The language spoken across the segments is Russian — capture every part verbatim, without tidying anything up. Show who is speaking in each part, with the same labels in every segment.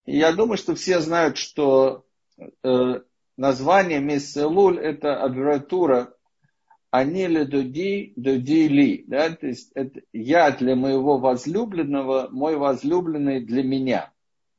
Speaker 1: И я думаю, что все знают, что э, название месяц Элуль – это аббревиатура «Ани ле дуди, дуди ли». Да? То есть это «я для моего возлюбленного, мой возлюбленный для меня».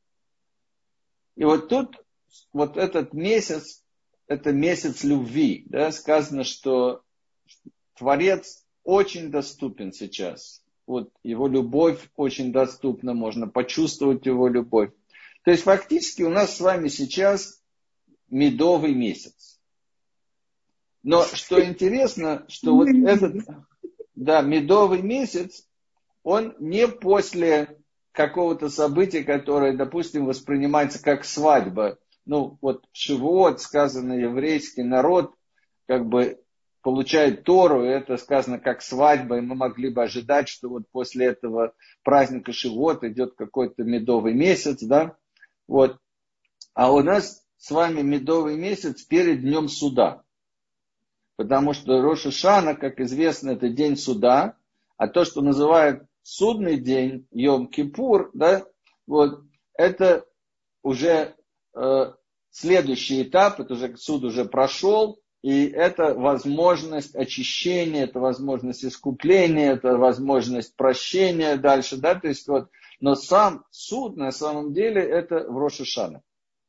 Speaker 1: И вот тут вот этот месяц – это месяц любви. Да? Сказано, что Творец очень доступен сейчас. Вот его любовь очень доступна, можно почувствовать его любовь. То есть фактически у нас с вами сейчас медовый месяц. Но что интересно, что вот этот, да, медовый месяц, он не после какого-то события, которое, допустим, воспринимается как свадьба. Ну, вот в Шивот сказано, еврейский народ как бы получает Тору, и это сказано как свадьба, и мы могли бы ожидать, что вот после этого праздника Шивот идет какой-то медовый месяц, да, вот. А у нас с вами медовый месяц перед днем суда, потому что Рош ха-Шана, как известно, это день суда, а то, что называют судный день, Йом-Кипур, да, вот, это уже э, следующий этап, это уже суд уже прошел, и это возможность очищения, это возможность искупления, это возможность прощения дальше, да, то есть вот, но сам суд на самом деле это в Рош ха-Шана.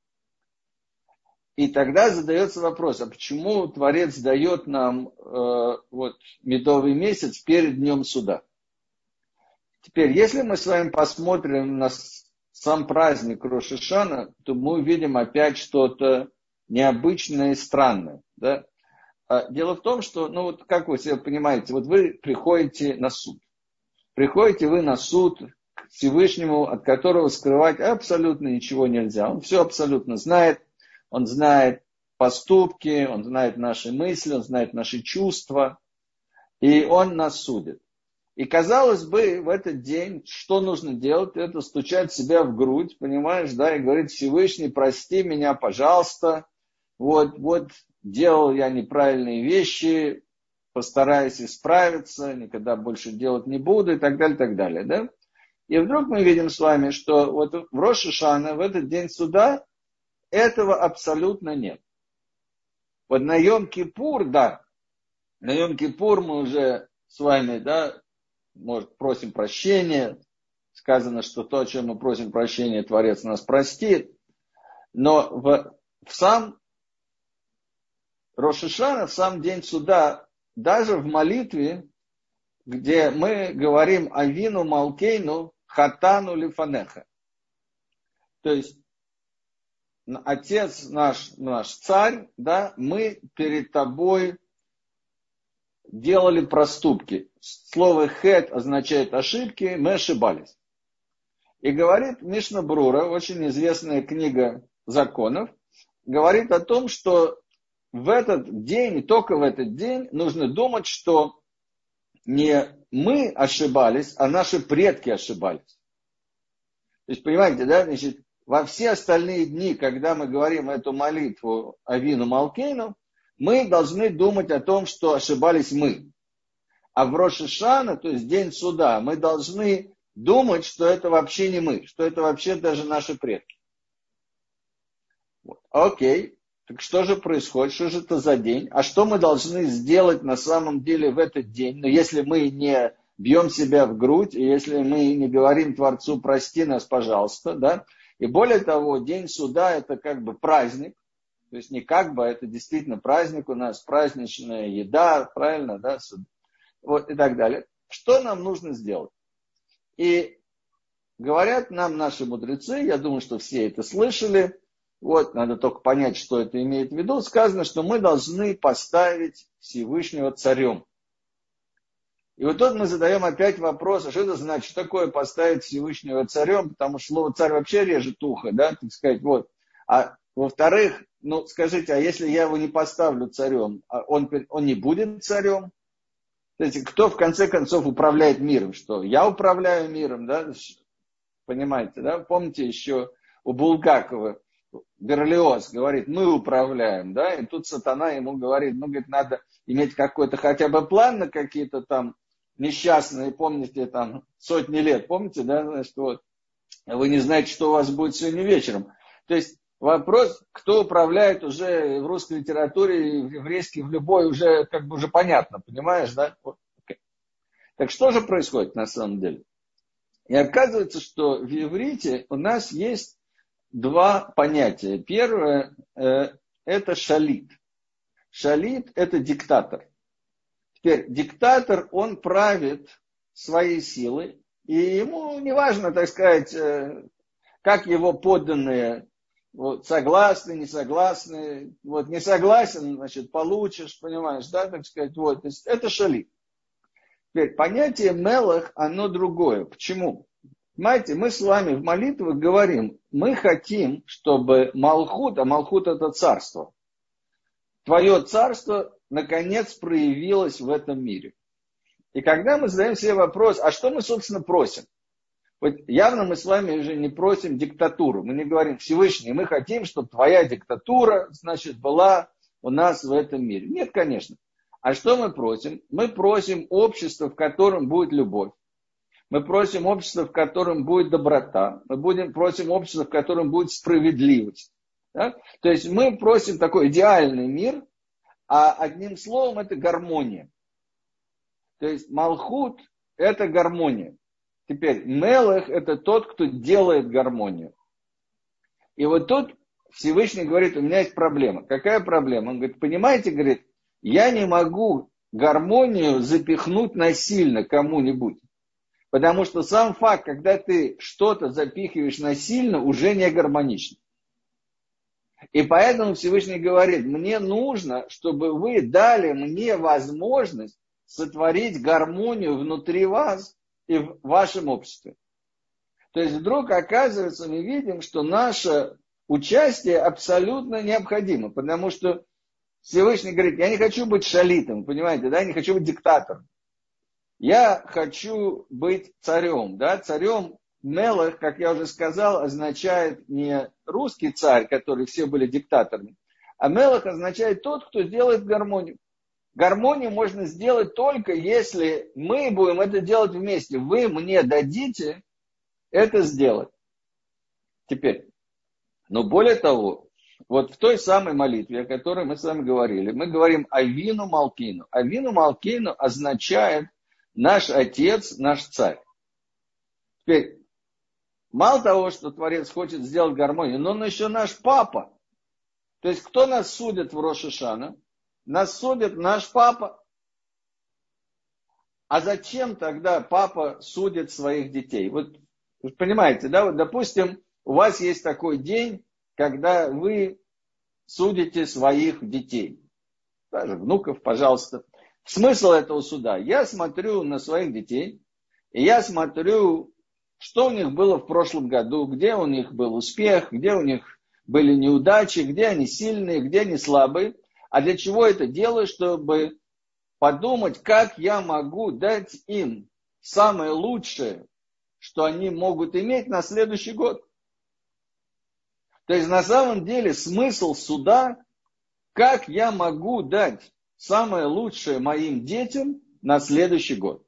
Speaker 1: И тогда задается вопрос, а почему Творец дает нам э, вот, медовый месяц перед днем суда? Теперь, если мы с вами посмотрим на сам праздник Рош ха-Шана, то мы увидим опять что-то необычное и странное. Да? Дело в том, что, ну вот как вы себе понимаете, вот вы приходите на суд. Приходите вы на суд к Всевышнему, от которого скрывать абсолютно ничего нельзя. Он все абсолютно знает. Он знает поступки, он знает наши мысли, он знает наши чувства. И он нас судит. И казалось бы, в этот день, что нужно делать? Это стучать себя в грудь, понимаешь, да, и говорить: Всевышний, прости меня, пожалуйста. Вот, вот, делал я неправильные вещи, постараюсь исправиться, никогда больше делать не буду, и так далее, и так далее, да. И вдруг мы видим с вами, что вот в Рош ха-Шана, в этот день суда, этого абсолютно нет. Вот на Йом-Кипур, да, на Йом-Кипур мы уже с вами, да, может, просим прощения. Сказано, что то, о чем мы просим прощения, Творец нас простит. Но в, в сам Рош ха-Шана, в сам день суда, даже в молитве, где мы говорим Авину Малкейну Хатану Лифанеха. То есть, Отец наш, наш царь, да, мы перед тобой делали проступки. Слово хет означает ошибки, мы ошибались. И говорит Мишна Брура, очень известная книга законов, говорит о том, что в этот день, только в этот день, нужно думать, что не мы ошибались, а наши предки ошибались. То есть, понимаете, да, значит, во все остальные дни, когда мы говорим эту молитву Авину Малкейну, мы должны думать о том, что ошибались мы. А в Рош ха-Шана, то есть день суда, мы должны думать, что это вообще не мы, что это вообще даже наши предки. Вот. Окей, так что же происходит, что же это за день? А что мы должны сделать на самом деле в этот день? Но если мы не бьем себя в грудь, и если мы не говорим Творцу: прости нас, пожалуйста, да? И более того, день суда это как бы праздник. То есть не как бы, а это действительно праздник, у нас праздничная еда, правильно, да, вот и так далее. Что нам нужно сделать? И говорят нам наши мудрецы, я думаю, что все это слышали, вот, надо только понять, что это имеет в виду, сказано, что мы должны поставить Всевышнего царем. И вот тут мы задаем опять вопрос, а что это значит, что такое поставить Всевышнего царем, потому что слово царь вообще режет ухо, да, так сказать, вот. А во-вторых, ну скажите, а если я его не поставлю царем, он, он не будет царем? То есть кто в конце концов управляет миром? Что? Я управляю миром, да? Понимаете, да? Помните еще у Булгакова Берлиоз говорит: мы управляем, да? И тут сатана ему говорит: ну, говорит, надо иметь какой-то хотя бы план на какие-то там несчастные, помните, там сотни лет, помните, да? Значит, вот. вы не знаете, что у вас будет сегодня вечером. То есть вопрос, кто управляет уже в русской литературе, в еврейской, в любой, уже как бы уже понятно, понимаешь, да? Okay. Так что же происходит на самом деле? И оказывается, что в иврите у нас есть два понятия. Первое э, это шалит. Шалит это диктатор. Теперь диктатор, он правит своей силой, и ему не важно, так сказать, э, как его подданные вот, согласны, не согласны. Вот, не согласен, значит, получишь, понимаешь, да, так сказать, вот. То есть это шалит. Теперь понятие мелах, оно другое. Почему? Понимаете, мы с вами в молитвах говорим, мы хотим, чтобы Малхут, а Малхут это царство, твое царство наконец проявилось в этом мире. И когда мы задаем себе вопрос, а что мы, собственно, просим? Вот явно мы с вами уже не просим диктатуру. Мы не говорим, Всевышний, мы хотим, чтобы твоя диктатура, значит, была у нас в этом мире. Нет, конечно. А что мы просим? Мы просим общество, в котором будет любовь. Мы просим общество, в котором будет доброта. Мы будем, просим общество, в котором будет справедливость. Да? То есть мы просим такой идеальный мир, а одним словом это гармония. То есть Малхут это гармония. Теперь Мелех это тот, кто делает гармонию. И вот тут Всевышний говорит, у меня есть проблема. Какая проблема? Он говорит, понимаете, говорит, я не могу гармонию запихнуть насильно кому-нибудь. Потому что сам факт, когда ты что-то запихиваешь насильно, уже не гармонично. И поэтому Всевышний говорит, мне нужно, чтобы вы дали мне возможность сотворить гармонию внутри вас и в вашем обществе. То есть вдруг оказывается, мы видим, что наше участие абсолютно необходимо. Потому что Всевышний говорит, я не хочу быть шалитом, понимаете, да, я не хочу быть диктатором. Я хочу быть царем, да, царем Мелех, как я уже сказал, означает не русский царь, который все были диктаторами, а Мелех означает тот, кто делает гармонию. Гармонию можно сделать только, если мы будем это делать вместе. Вы мне дадите это сделать. Теперь, но более того, вот в той самой молитве, о которой мы с вами говорили, мы говорим Авину Малкину. Авину Малкину означает наш Отец, наш Царь. Теперь, мало того, что Творец хочет сделать гармонию, но он еще наш Папа. То есть, кто нас судит в Рош ха-Шана? Нас судит наш Папа. А зачем тогда Папа судит своих детей? Вот, вы понимаете, да? Вот, допустим, у вас есть такой день, когда вы судите своих детей. Даже внуков, пожалуйста. Смысл этого суда. Я смотрю на своих детей, и я смотрю, что у них было в прошлом году, где у них был успех, где у них были неудачи, где они сильные, где они слабые. А для чего это делаю? Чтобы подумать, как я могу дать им самое лучшее, что они могут иметь на следующий год. То есть на самом деле смысл суда, как я могу дать самое лучшее моим детям на следующий год.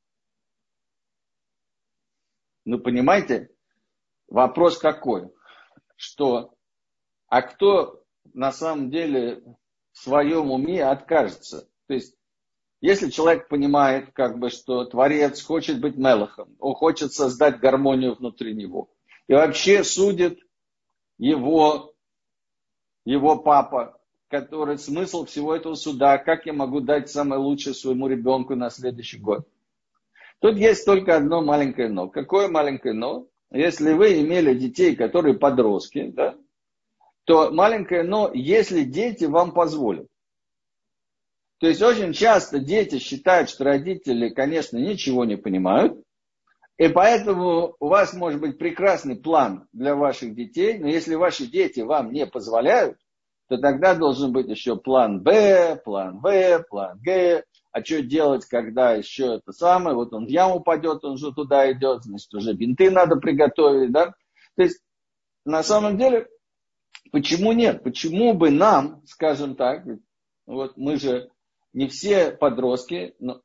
Speaker 1: Ну, понимаете, вопрос какой? Что, а кто на самом деле в своем уме откажется? То есть, если человек понимает, как бы, что Творец хочет быть Мелехом, он хочет создать гармонию внутри него, и вообще судит его, его папа, который смысл всего этого суда, как я могу дать самое лучшее своему ребенку на следующий год. Тут есть только одно маленькое но. Какое маленькое но? Если вы имели детей, которые подростки, да, то маленькое но, если дети вам позволят. То есть очень часто дети считают, что родители, конечно, ничего не понимают, и поэтому у вас может быть прекрасный план для ваших детей, но если ваши дети вам не позволяют, то тогда должен быть еще план Б, план В, план Г. А что делать, когда еще это самое, вот он в яму упадет, он же туда идет, значит, уже бинты надо приготовить, да? То есть, на самом деле, почему нет? Почему бы нам, скажем так, вот мы же не все подростки, но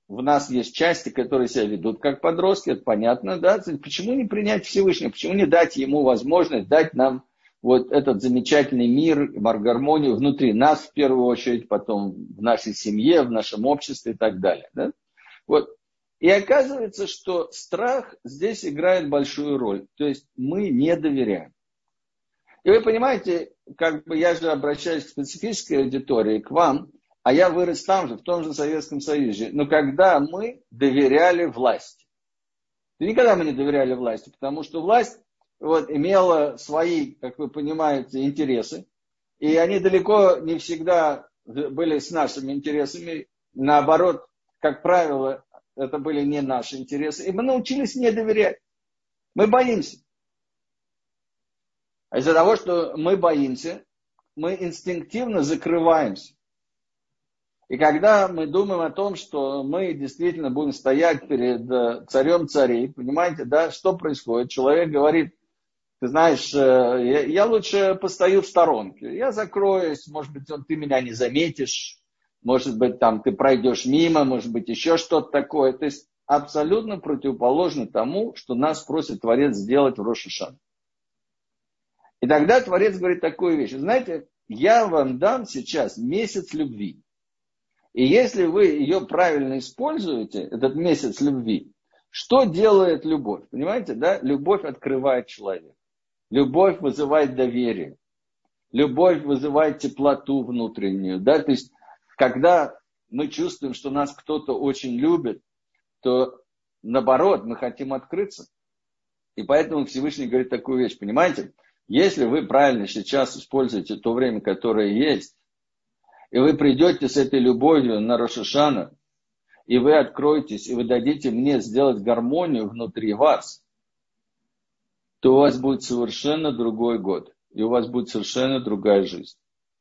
Speaker 1: в нас есть части, которые себя ведут как подростки, это понятно, да? Почему не принять Всевышнего? Почему не дать ему возможность, дать нам вот этот замечательный мир, гармонию внутри нас, в первую очередь, потом в нашей семье, в нашем обществе и так далее, да? Вот. И оказывается, что страх здесь играет большую роль. То есть мы не доверяем. И вы понимаете, как бы я же обращаюсь к специфической аудитории, к вам, а я вырос там же, в том же Советском Союзе. Но когда мы доверяли власти. Никогда мы не доверяли власти, потому что власть вот, имела свои, как вы понимаете, интересы. И они далеко не всегда были с нашими интересами. Наоборот, как правило, это были не наши интересы. И мы научились не доверять. Мы боимся. А из-за того, что мы боимся, мы инстинктивно закрываемся. И когда мы думаем о том, что мы действительно будем стоять перед царем царей, понимаете, да, что происходит? Человек говорит, ты знаешь, я, я лучше постою в сторонке. Я закроюсь, может быть, ты меня не заметишь, может быть, там ты пройдешь мимо, может быть, еще что-то такое. То есть абсолютно противоположно тому, что нас просит Творец сделать в Рош ха-Шана. И тогда Творец говорит такую вещь. Знаете, я вам дам сейчас месяц любви. И если вы ее правильно используете, этот месяц любви, что делает любовь? Понимаете, да? Любовь открывает человека. Любовь вызывает доверие. Любовь вызывает теплоту внутреннюю. Да? То есть, когда мы чувствуем, что нас кто-то очень любит, то наоборот, мы хотим открыться. И поэтому Всевышний говорит такую вещь. Понимаете? Если вы правильно сейчас используете то время, которое есть, и вы придете с этой любовью на Рош ха-Шана, и вы откроетесь, и вы дадите мне сделать гармонию внутри вас, то у вас будет совершенно другой год. И у вас будет совершенно другая жизнь.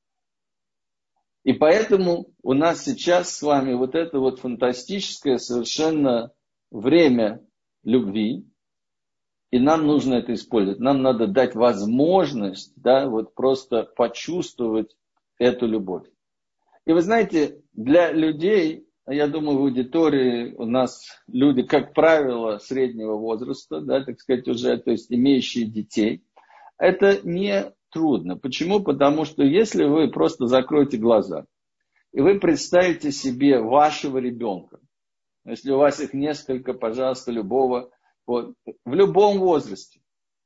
Speaker 1: И поэтому у нас сейчас с вами вот это вот фантастическое совершенно время любви. И нам нужно это использовать. Нам надо дать возможность, да, вот просто почувствовать эту любовь. И вы знаете, для людей, я думаю, в аудитории у нас люди, как правило, среднего возраста, да, так сказать, уже, то есть имеющие детей, это не трудно. Почему? Потому что если вы просто закроете глаза, и вы представите себе вашего ребенка, если у вас их несколько, пожалуйста, любого, вот, в любом возрасте.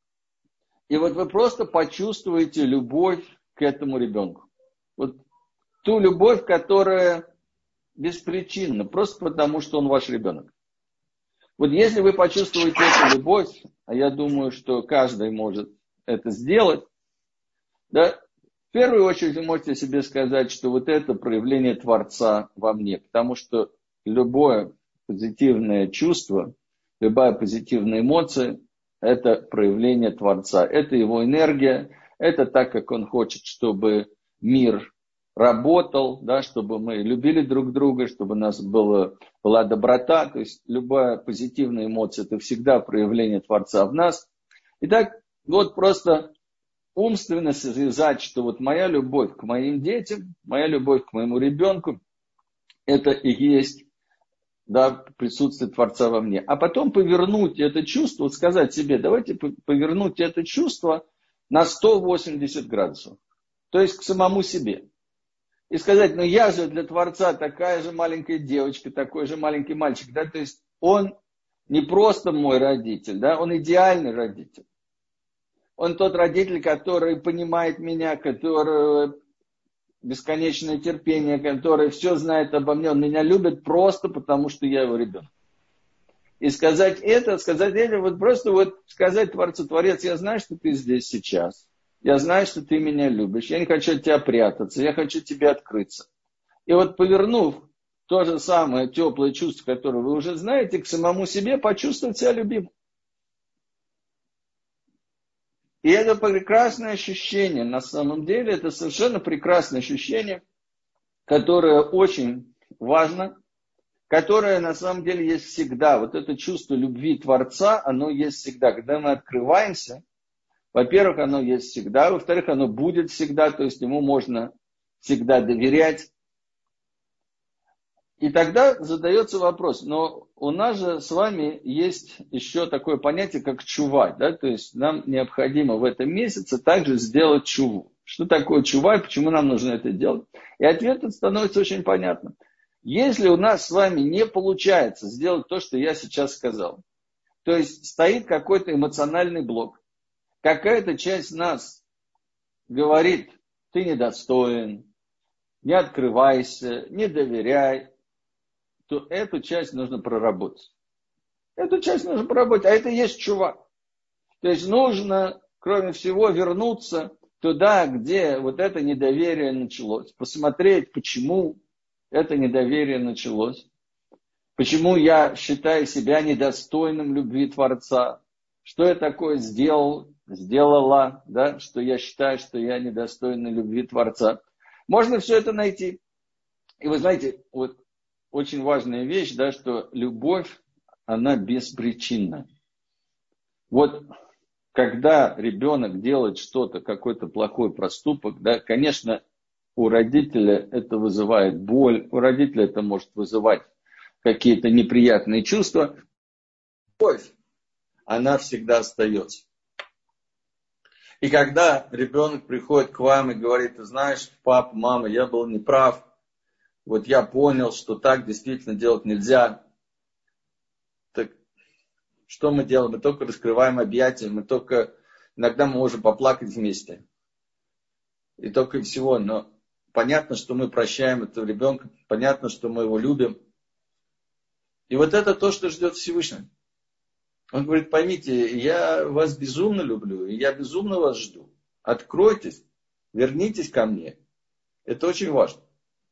Speaker 1: И вот вы просто почувствуете любовь к этому ребенку. Вот ту любовь, которая беспричинна, просто потому, что он ваш ребенок. Вот если вы почувствуете эту любовь, а я думаю, что каждый может это сделать, да, в первую очередь вы можете себе сказать, что вот это проявление Творца во мне, потому что любое позитивное чувство, любая позитивная эмоция – это проявление Творца. Это его энергия, это так, как он хочет, чтобы мир работал, да, чтобы мы любили друг друга, чтобы у нас было, была доброта. То есть любая позитивная эмоция – это всегда проявление Творца в нас. Итак, вот просто умственно связать, что вот моя любовь к моим детям, моя любовь к моему ребенку – это и есть, да, присутствие Творца во мне. А потом повернуть это чувство, вот сказать себе, давайте повернуть это чувство на сто восемьдесят градусов. То есть к самому себе. И сказать, ну я же для Творца такая же маленькая девочка, такой же маленький мальчик. Да? То есть он не просто мой родитель, да? Он идеальный родитель. Он тот родитель, который понимает меня, который бесконечное терпение, который все знает обо мне, он меня любит просто потому, что я его ребенок. И сказать это, сказать это, вот просто вот сказать Творцу, Творец, я знаю, что ты здесь сейчас. Я знаю, что ты меня любишь. Я не хочу от тебя прятаться, я хочу тебе открыться. И вот повернув то же самое теплое чувство, которое вы уже знаете, к самому себе, почувствовать себя любимым. И это прекрасное ощущение, на самом деле, это совершенно прекрасное ощущение, которое очень важно, которое на самом деле есть всегда. Вот это чувство любви Творца, оно есть всегда. Когда мы открываемся, во-первых, оно есть всегда, во-вторых, оно будет всегда, то есть ему можно всегда доверять. И тогда задается вопрос, но у нас же с вами есть еще такое понятие, как чува, да, то есть нам необходимо в этом месяце также сделать чуву. Что такое чува и почему нам нужно это делать? И ответ становится очень понятным. Если у нас с вами не получается сделать то, что я сейчас сказал, то есть стоит какой-то эмоциональный блок, какая-то часть нас говорит, ты недостоин, не открывайся, не доверяй, то эту часть нужно проработать. Эту часть нужно проработать, а это и есть чува. То есть нужно, кроме всего, вернуться туда, где вот это недоверие началось. Посмотреть, почему это недоверие началось. Почему я считаю себя недостойным любви Творца. Что я такое сделал, сделала, да, что я считаю, что я недостойный любви Творца. Можно все это найти. И вы знаете, вот очень важная вещь, да, что любовь, она беспричинна. Вот когда ребенок делает что-то, какой-то плохой проступок, да, конечно, у родителя это вызывает боль, у родителя это может вызывать какие-то неприятные чувства. Любовь, она всегда остается. И когда ребенок приходит к вам и говорит, ты знаешь, папа, мама, я был неправ, вот я понял, что так действительно делать нельзя. Так что мы делаем? Мы только раскрываем объятия, мы только, иногда мы можем поплакать вместе. И только и всего. Но понятно, что мы прощаем этого ребенка, понятно, что мы его любим. И вот это то, что ждет Всевышний. Он говорит, поймите, я вас безумно люблю, и я безумно вас жду. Откройтесь, вернитесь ко мне. Это очень важно.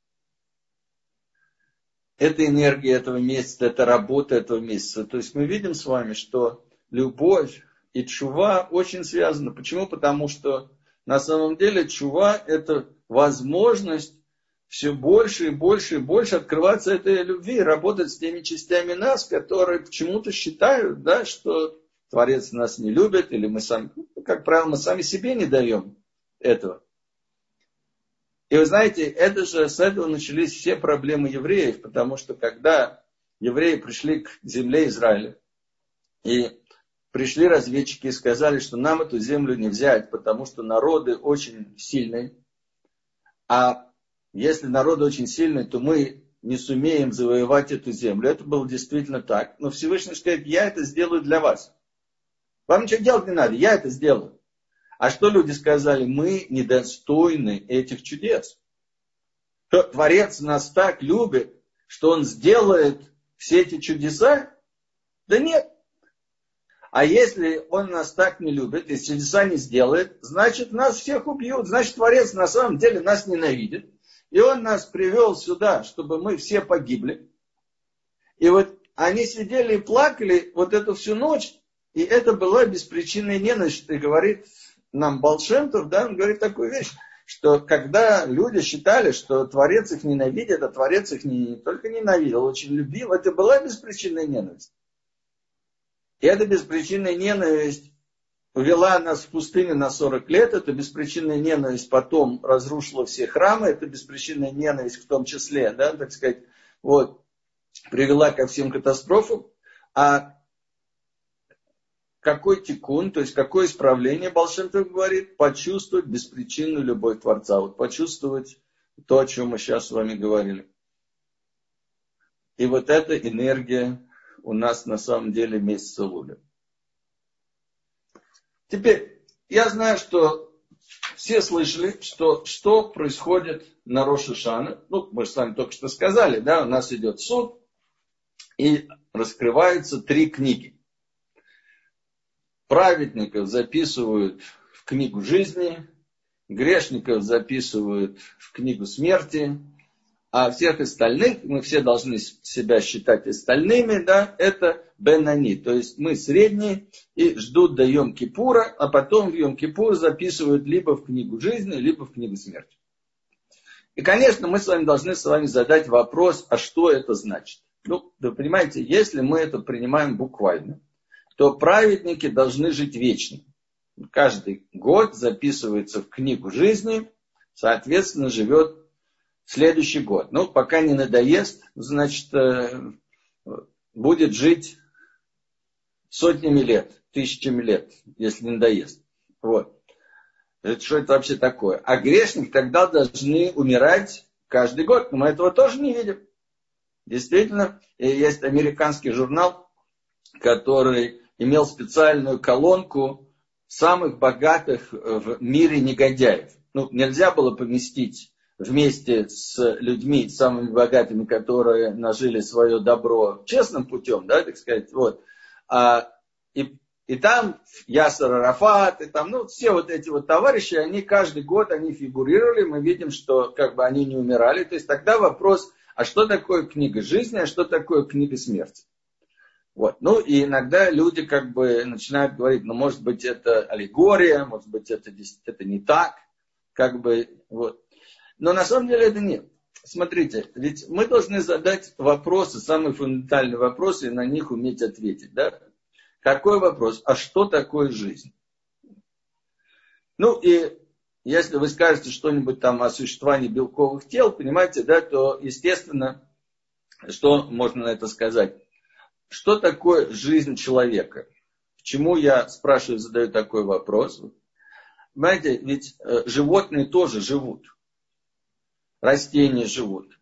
Speaker 1: Это энергия этого месяца, это работа этого месяца. То есть мы видим с вами, что любовь и тшува очень связаны. Почему? Потому что на самом деле тшува это возможность все больше и больше и больше открываться этой любви, работать с теми частями нас, которые почему-то считают, да, что Творец нас не любит, или мы сами, как правило, мы сами себе не даем этого. И вы знаете, это же, с этого начались все проблемы евреев, потому что когда евреи пришли к земле Израиля, и пришли разведчики и сказали, что нам эту землю не взять, потому что народы очень сильные, а если народы очень сильные, то мы не сумеем завоевать эту землю. Это было действительно так. Но Всевышний сказал, я это сделаю для вас. Вам ничего делать не надо, я это сделаю. А что люди сказали? Мы недостойны этих чудес. Творец нас так любит, что он сделает все эти чудеса? Да нет. А если он нас так не любит, и чудеса не сделает, значит нас всех убьют. Значит Творец на самом деле нас ненавидит. И он нас привел сюда, чтобы мы все погибли. И вот они сидели и плакали вот эту всю ночь. И это была беспричинная ненависть. И говорит нам Баал Шем Тов, да, он говорит такую вещь, что когда люди считали, что Творец их ненавидит, а Творец их не, не только ненавидел, очень любил, это была беспричинная ненависть. И эта беспричинная ненависть увела нас в пустыню на сорок лет, эта беспричинная ненависть потом разрушила все храмы, эта беспричинная ненависть в том числе, да, так сказать, вот, привела ко всем катастрофам. А какой тикун, то есть какое исправление, Баал Шем Тов говорит, почувствовать беспричинную любовь Творца, вот почувствовать то, о чем мы сейчас с вами говорили. И вот эта энергия у нас на самом деле месяца Луля. Теперь, я знаю, что все слышали, что, что происходит на Рош ха-Шана. Ну, мы же с вами только что сказали, да, у нас идет суд, и раскрываются три книги. Праведников записывают в книгу жизни, грешников записывают в книгу смерти, а всех остальных, мы все должны себя считать остальными, да, это бен-они, то есть мы средние и ждут до Йом-Кипура, а потом в Йом-Кипур записывают либо в книгу жизни, либо в книгу смерти. И, конечно, мы с вами должны с вами задать вопрос, а что это значит? Ну, вы понимаете, если мы это принимаем буквально, то праведники должны жить вечно. Каждый год записывается в книгу жизни, соответственно, живет следующий год. Ну, пока не надоест, значит, будет жить сотнями лет, тысячами лет, если не надоест. Вот. Это, что это вообще такое? А грешники тогда должны умирать каждый год. Но мы этого тоже не видим. Действительно, есть американский журнал, который имел специальную колонку самых богатых в мире негодяев. Ну, нельзя было поместить вместе с людьми, самыми богатыми, которые нажили свое добро честным путем, да, так сказать, вот. А, и, и там Ясер Арафат, и там, ну, все вот эти вот товарищи, они каждый год, они фигурировали, мы видим, что как бы они не умирали. То есть тогда вопрос, а что такое книга жизни, а что такое книга смерти? Вот. Ну, и иногда люди как бы начинают говорить, ну, может быть, это аллегория, может быть, это, это не так, как бы, вот. Но на самом деле это нет. Смотрите, ведь мы должны задать вопросы, самые фундаментальные вопросы, и на них уметь ответить, да? Какой вопрос? А что такое жизнь? Ну, и если вы скажете что-нибудь там о существовании белковых тел, понимаете, да, то, естественно, что можно на это сказать? Что такое жизнь человека? Почему я спрашиваю, задаю такой вопрос? Понимаете, ведь животные тоже живут. Растения живут.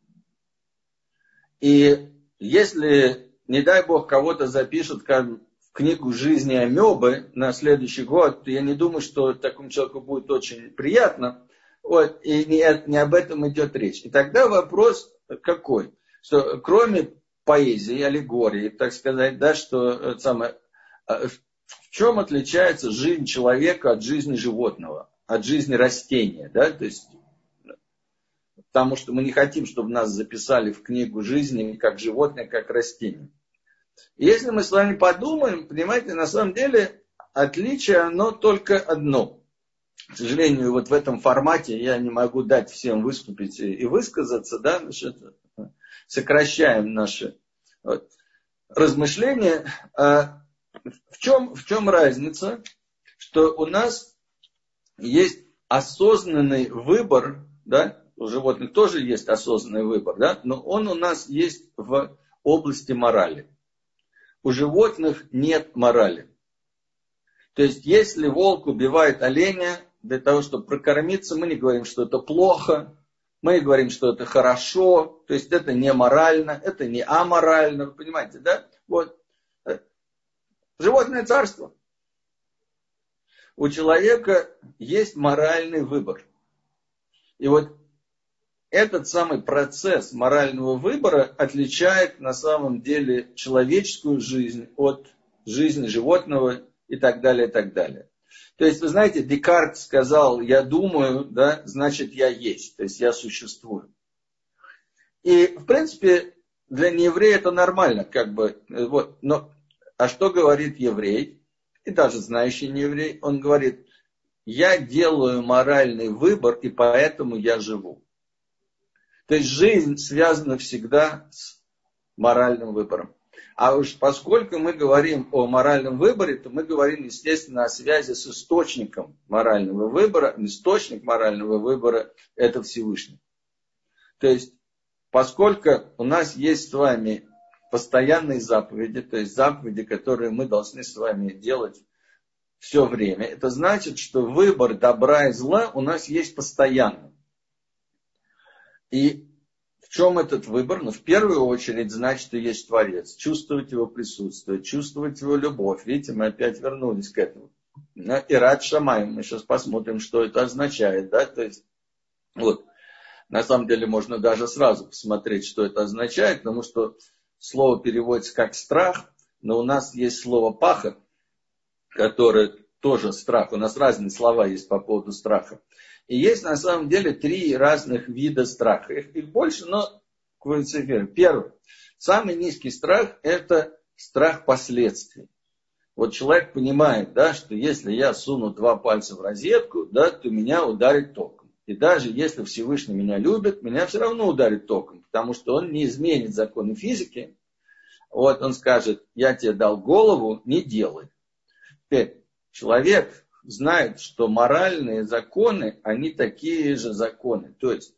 Speaker 1: И если, не дай бог, кого-то запишут в книгу жизни амебы на следующий год, то я не думаю, что такому человеку будет очень приятно. Вот, и не, не об этом идет речь. И тогда вопрос какой? Что кроме поэзии, аллегории, так сказать, да, что самое, в чем отличается жизнь человека от жизни животного, от жизни растения, да, то есть, потому что мы не хотим, чтобы нас записали в книгу жизни как животное, как растение. И если мы с вами подумаем, понимаете, на самом деле отличие, оно только одно. К сожалению, вот в этом формате я не могу дать всем выступить и высказаться, да, значит, сокращаем наши вот, размышления. А в чем, в чем разница? Что у нас есть осознанный выбор, да, у животных тоже есть осознанный выбор, да, но он у нас есть в области морали. У животных нет морали. То есть, если волк убивает оленя для того, чтобы прокормиться, мы не говорим, что это плохо, мы не говорим, что это хорошо, то есть это не морально, это не аморально, вы понимаете, да? Вот. Животное царство. У человека есть моральный выбор. И вот этот самый процесс морального выбора отличает на самом деле человеческую жизнь от жизни животного и так далее, и так далее. То есть, вы знаете, Декарт сказал, я думаю, да, значит я есть, то есть я существую. И, в принципе, для нееврея это нормально, как бы, вот, но, а что говорит еврей, и даже знающий нееврей, он говорит, я делаю моральный выбор, и поэтому я живу. То есть жизнь связана всегда с моральным выбором. А уж поскольку мы говорим о моральном выборе, то мы говорим, естественно, о связи с источником морального выбора. Источник морального выбора – это Всевышний. То есть, поскольку у нас есть с вами постоянные заповеди, то есть заповеди, которые мы должны с вами делать все время, это значит, что выбор добра и зла у нас есть постоянно. И в чем этот выбор? Ну, в первую очередь, знать, что есть Творец, чувствовать его присутствие, чувствовать его любовь. Видите, мы опять вернулись к этому. Ират Шамаим, мы сейчас посмотрим, что это означает. Да? То есть, вот, на самом деле, можно даже сразу посмотреть, что это означает, потому что слово переводится как страх, но у нас есть слово паха, которое тоже страх. У нас разные слова есть по поводу страха. И есть на самом деле три разных вида страха. Их, их больше, но первый. Самый низкий страх – это страх последствий. Вот человек понимает, да, что если я суну два пальца в розетку, да, то меня ударит током. И даже если Всевышний меня любит, меня все равно ударит током, потому что он не изменит законы физики. Вот он скажет, я тебе дал голову, не делай. Теперь человек знает, что моральные законы, они такие же законы. То есть,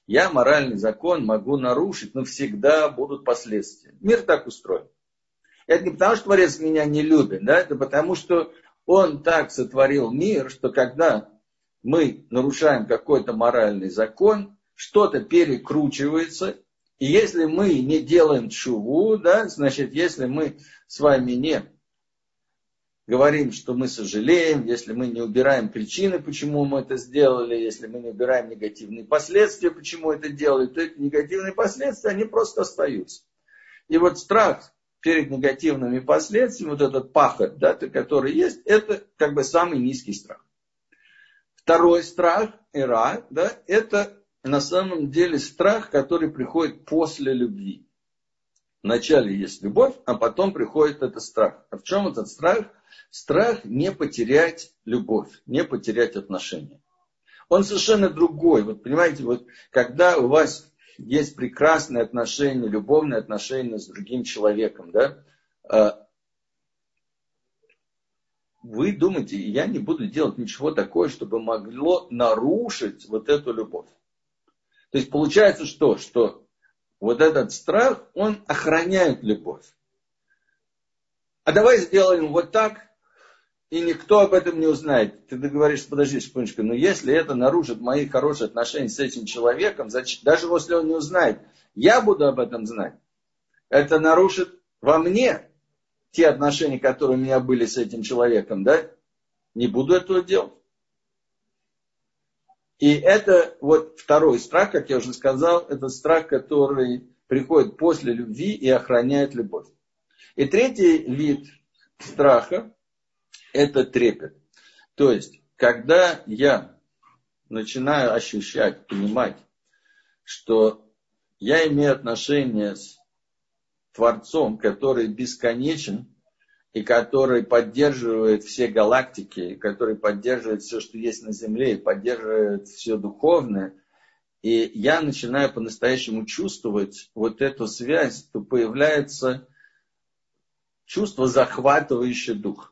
Speaker 1: я моральный закон могу нарушить, но всегда будут последствия. Мир так устроен. Это не потому, что Творец меня не любит, да? Это потому, что Он так сотворил мир, что когда мы нарушаем какой-то моральный закон, что-то перекручивается, и если мы не делаем тшуву, да, значит, если мы с вами не говорим, что мы сожалеем, если мы не убираем причины, почему мы это сделали, если мы не убираем негативные последствия, почему это делали, то эти негативные последствия, они просто остаются. И вот страх перед негативными последствиями, вот этот пахот, да, который есть, это как бы самый низкий страх. Второй страх, ира, да, это на самом деле страх, который приходит после любви. Вначале есть любовь, а потом приходит этот страх. А в чем этот страх? Страх не потерять любовь, не потерять отношения. Он совершенно другой. Вот понимаете, вот когда у вас есть прекрасные отношения, любовные отношения с другим человеком, да, вы думаете, я не буду делать ничего такое, чтобы могло нарушить вот эту любовь. То есть получается что? Что вот этот страх, он охраняет любовь. А давай сделаем вот так, и никто об этом не узнает. Ты говоришь, подожди, секундочку, но если это нарушит мои хорошие отношения с этим человеком, значит, даже если он не узнает, я буду об этом знать. Это нарушит во мне те отношения, которые у меня были с этим человеком, да? Не буду этого делать. И это вот второй страх, как я уже сказал, это страх, который приходит после любви и охраняет любовь. И третий вид страха – это трепет. То есть, когда я начинаю ощущать, понимать, что я имею отношение с Творцом, который бесконечен, и который поддерживает все галактики, который поддерживает все, что есть на Земле, и поддерживает все духовное, и я начинаю по-настоящему чувствовать вот эту связь, то появляется чувство, захватывающее дух.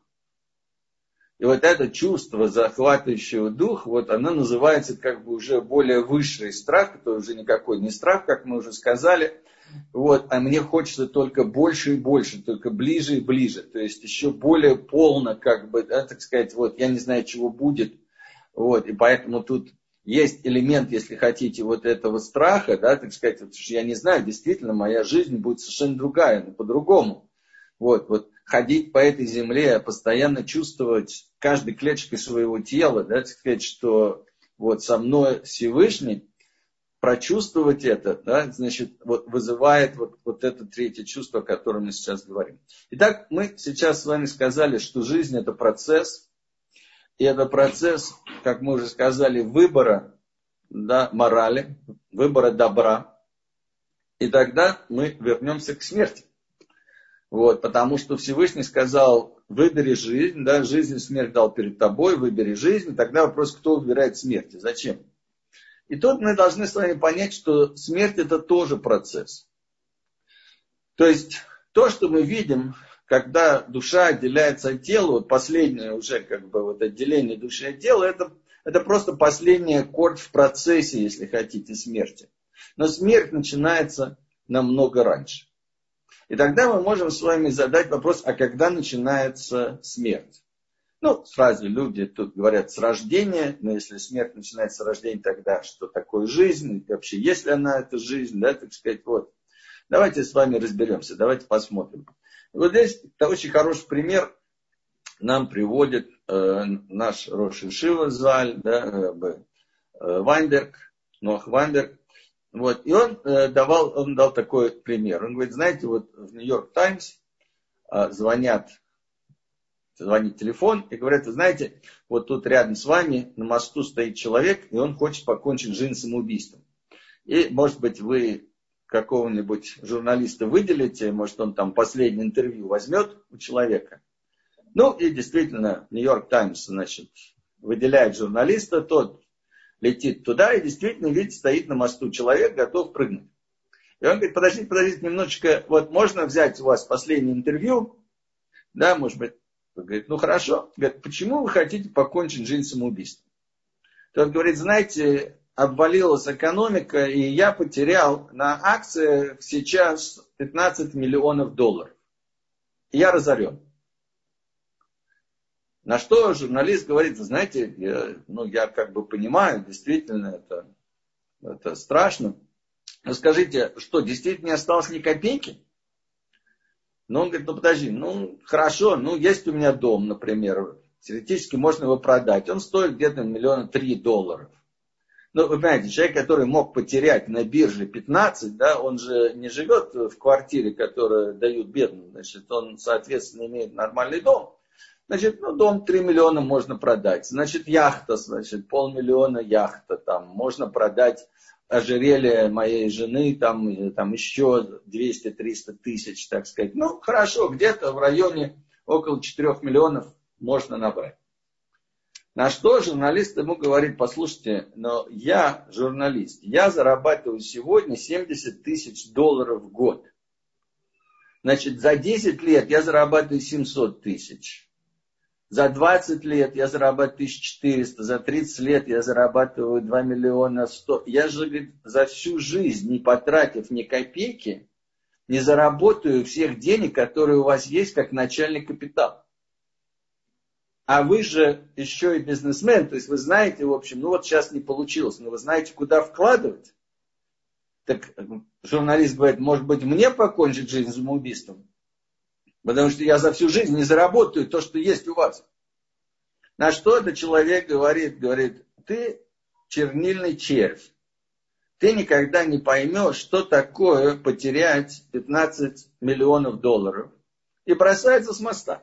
Speaker 1: И вот это чувство, захватывающего дух, вот оно называется как бы уже более высший страх, это уже никакой не страх, как мы уже сказали, вот, а мне хочется только больше и больше, только ближе и ближе, то есть еще более полно, как бы, да, так сказать, вот, я не знаю, чего будет, вот, и поэтому тут есть элемент, если хотите, вот этого страха, да, так сказать, вот, я не знаю, действительно, моя жизнь будет совершенно другая, но по-другому, вот, вот, ходить по этой земле, постоянно чувствовать каждой клеточкой своего тела, да, так сказать, что вот со мной Всевышний, прочувствовать это, да, значит, вот вызывает вот, вот это третье чувство, о котором мы сейчас говорим. Итак, мы сейчас с вами сказали, что жизнь это процесс, и это процесс, как мы уже сказали, выбора, да, морали, выбора добра. И тогда мы вернемся к смерти. Вот, потому что Всевышний сказал, выбери жизнь, да, жизнь и смерть дал перед тобой, выбери жизнь. Тогда вопрос, кто выбирает смерть, зачем? И тут мы должны с вами понять, что смерть это тоже процесс. То есть, то, что мы видим, когда душа отделяется от тела, вот последнее уже как бы вот отделение души от тела, это, это просто последний аккорд в процессе, если хотите, смерти. Но смерть начинается намного раньше. И тогда мы можем с вами задать вопрос, а когда начинается смерть? Ну, сразу люди тут говорят с рождения, но если смерть начинается с рождения, тогда что такое жизнь? И вообще, есть ли она эта жизнь, да, так сказать, вот. Давайте с вами разберемся, давайте посмотрим. И вот здесь очень хороший пример нам приводит э, наш Рош Йешива Заль, да, э, Вайнберг, Ноах Вайнберг. Вот, и он, э, давал, он дал такой пример. Он говорит, знаете, вот в Нью-Йорк Таймс э, звонят, звонит телефон и говорят, вы знаете, вот тут рядом с вами на мосту стоит человек, и он хочет покончить жизнь самоубийством. И, может быть, вы какого-нибудь журналиста выделите, может, он там последнее интервью возьмет у человека. Ну, и действительно, Нью-Йорк Таймс, значит, выделяет журналиста, тот летит туда, и действительно, видите, стоит на мосту человек, готов прыгнуть. И он говорит, подождите, подождите немножечко, вот можно взять у вас последнее интервью, да, может быть. Он говорит, ну хорошо. Говорит, почему вы хотите покончить жизнь самоубийством? Тот говорит, знаете, обвалилась экономика, и я потерял на акциях сейчас пятнадцать миллионов долларов. И я разорен. На что журналист говорит, вы знаете, я, ну, я как бы понимаю, действительно, это, это страшно. Но скажите, что, действительно не осталось ни копейки? Но он говорит, ну подожди, ну хорошо, ну есть у меня дом, например, теоретически можно его продать. Он стоит где-то миллиона три долларов. Ну, вы понимаете, человек, который мог потерять на бирже пятнадцать, да, он же не живет в квартире, которую дают бедным. Значит, он, соответственно, имеет нормальный дом. Значит, ну, дом три миллиона можно продать. Значит, яхта, значит, полмиллиона яхта там. Можно продать ожерелье моей жены, там, там еще двести-триста тысяч, так сказать. Ну, хорошо, где-то в районе около четырёх миллионов можно набрать. На что журналист ему говорит, послушайте, но я журналист, я зарабатываю сегодня семьдесят тысяч долларов в год. Значит, за десять лет я зарабатываю семьсот тысяч. За двадцать лет я зарабатываю тысячу четыреста, за тридцать лет я зарабатываю два миллиона сто. Я же, говорит, за всю жизнь, не потратив ни копейки, не заработаю всех денег, которые у вас есть, как начальный капитал. А вы же еще и бизнесмен, то есть вы знаете, в общем, ну вот сейчас не получилось, но вы знаете, куда вкладывать. Так журналист говорит, может быть, мне покончить жизнь самоубийством? Потому что я за всю жизнь не заработаю то, что есть у вас. На что этот человек говорит, говорит, ты чернильный червь. Ты никогда не поймешь, что такое потерять пятнадцать миллионов долларов. И бросается с моста.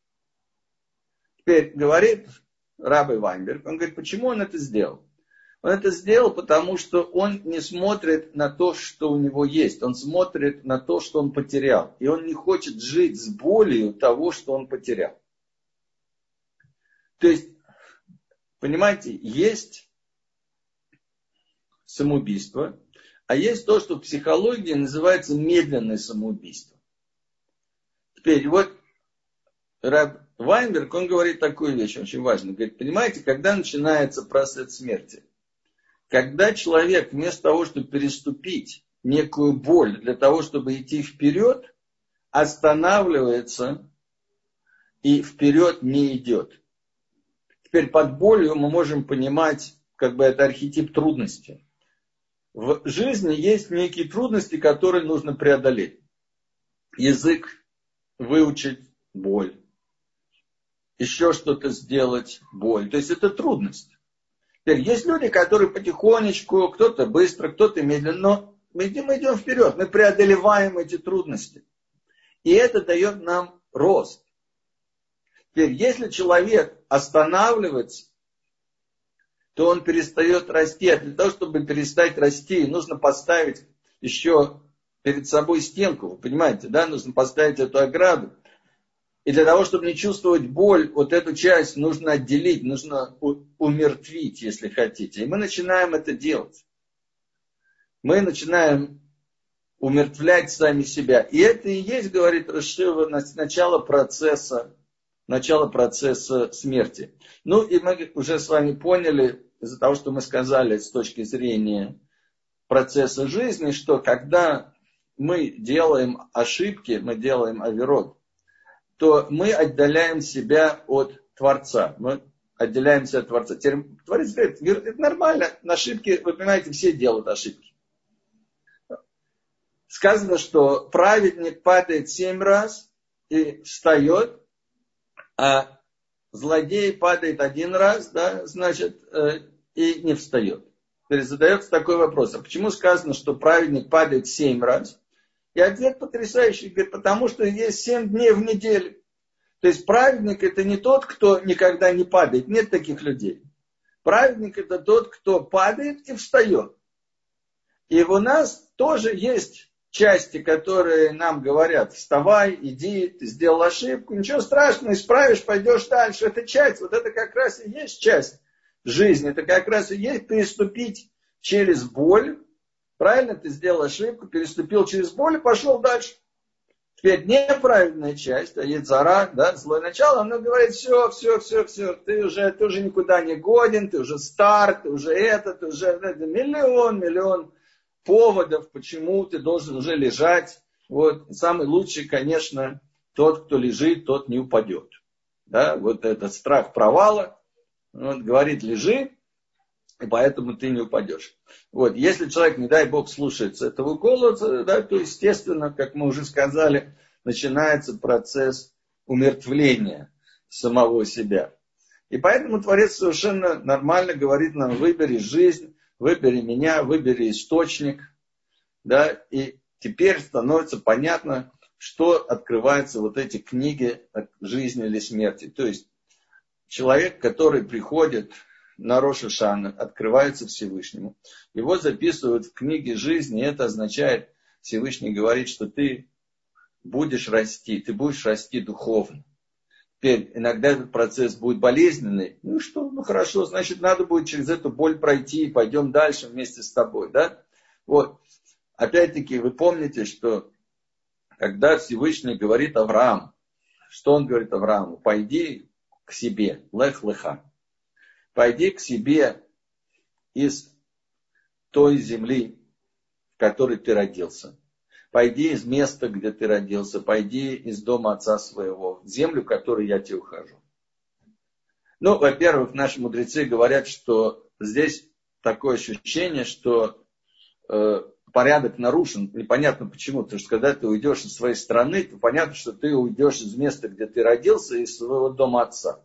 Speaker 1: Теперь говорит Рабби Вайнберг, он говорит, почему он это сделал? Он это сделал, потому что он не смотрит на то, что у него есть. Он смотрит на то, что он потерял. И он не хочет жить с болью того, что он потерял. То есть, понимаете, есть самоубийство, а есть то, что в психологии называется медленное самоубийство. Теперь вот Рабби Вайнберг, он говорит такую вещь, очень важную. Говорит, понимаете, когда начинается процесс смерти? Когда человек вместо того, чтобы переступить некую боль для того, чтобы идти вперед, останавливается и вперед не идет. Теперь под болью мы можем понимать, как бы это архетип трудности. В жизни есть некие трудности, которые нужно преодолеть. Язык выучить – боль. Еще что-то сделать – боль. То есть это трудность. Теперь есть люди, которые потихонечку, кто-то быстро, кто-то медленно, но мы идем, мы идем вперед, мы преодолеваем эти трудности. И это дает нам рост. Теперь, если человек останавливается, то он перестает расти. А для того, чтобы перестать расти, нужно поставить еще перед собой стенку. Вы понимаете, да? Нужно поставить эту ограду. И для того, чтобы не чувствовать боль, вот эту часть нужно отделить, нужно умертвить, если хотите. И мы начинаем это делать. Мы начинаем умертвлять сами себя. И это и есть, говорит Рашива, начало процесса, начало процесса смерти. Ну и мы уже с вами поняли, из-за того, что мы сказали с точки зрения процесса жизни, что когда мы делаем ошибки, мы делаем авирот, то мы отдаляем себя от Творца. Мы отделяемся от Творца. Творец говорит, это нормально, на ошибки, вы понимаете, все делают ошибки. Сказано, что праведник падает семь раз и встает, а злодей падает один раз, да, значит, и не встает. То есть задается такой вопрос, а почему сказано, что праведник падает семь раз? И ответ потрясающий, говорит, потому что есть семь дней в неделю. То есть праведник это не тот, кто никогда не падает. Нет таких людей. Праведник это тот, кто падает и встает. И у нас тоже есть части, которые нам говорят, вставай, иди, ты сделал ошибку, ничего страшного, исправишь, пойдешь дальше. Это часть, вот это как раз и есть часть жизни. Это как раз и есть переступить через боль. Правильно, ты сделал ошибку, переступил через боль и пошел дальше. Теперь неправильная часть, а Ецара, да, злое начало, оно говорит, все, все, все, все, ты уже, ты уже никуда не годен, ты уже стар, ты уже это, ты уже это, миллион, миллион поводов, почему ты должен уже лежать. Вот, самый лучший, конечно, тот, кто лежит, тот не упадет. Да, вот этот страх провала, он говорит, лежи, и поэтому ты не упадешь. Вот. Если человек, не дай Бог, слушается этого голоса, да, то, естественно, как мы уже сказали, начинается процесс умертвления самого себя. И поэтому Творец совершенно нормально говорит нам, выбери жизнь, выбери меня, выбери источник. Да, и теперь становится понятно, что открываются вот эти книги жизни или смерти. То есть человек, который приходит на Рош ха-Шана, открывается Всевышнему. Его записывают в книге жизни, и это означает, Всевышний говорит, что ты будешь расти, ты будешь расти духовно. Теперь иногда этот процесс будет болезненный. Ну что, ну хорошо, значит, надо будет через эту боль пройти, и пойдем дальше вместе с тобой. Да? Вот. Опять-таки, вы помните, что когда Всевышний говорит Аврааму, что он говорит Аврааму? Пойди к себе, лех леха. Пойди к себе из той земли, в которой ты родился. Пойди из места, где ты родился. Пойди из дома отца своего, в землю, в которой я тебе ухожу. Ну, во-первых, наши мудрецы говорят, что здесь такое ощущение, что э, порядок нарушен. Непонятно почему. Потому что когда ты уйдешь из своей страны, то понятно, что ты уйдешь из места, где ты родился, из своего дома отца.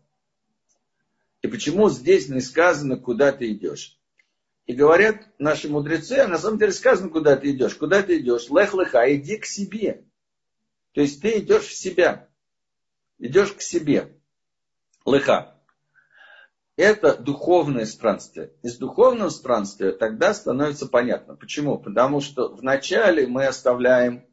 Speaker 1: И почему здесь не сказано, куда ты идешь? И говорят наши мудрецы, а на самом деле сказано, куда ты идешь. Куда ты идешь? Лех леха, иди к себе. То есть ты идешь в себя. Идешь к себе. Леха. Это духовное странствие. Из духовного странствия тогда становится понятно. Почему? Потому что вначале мы оставляем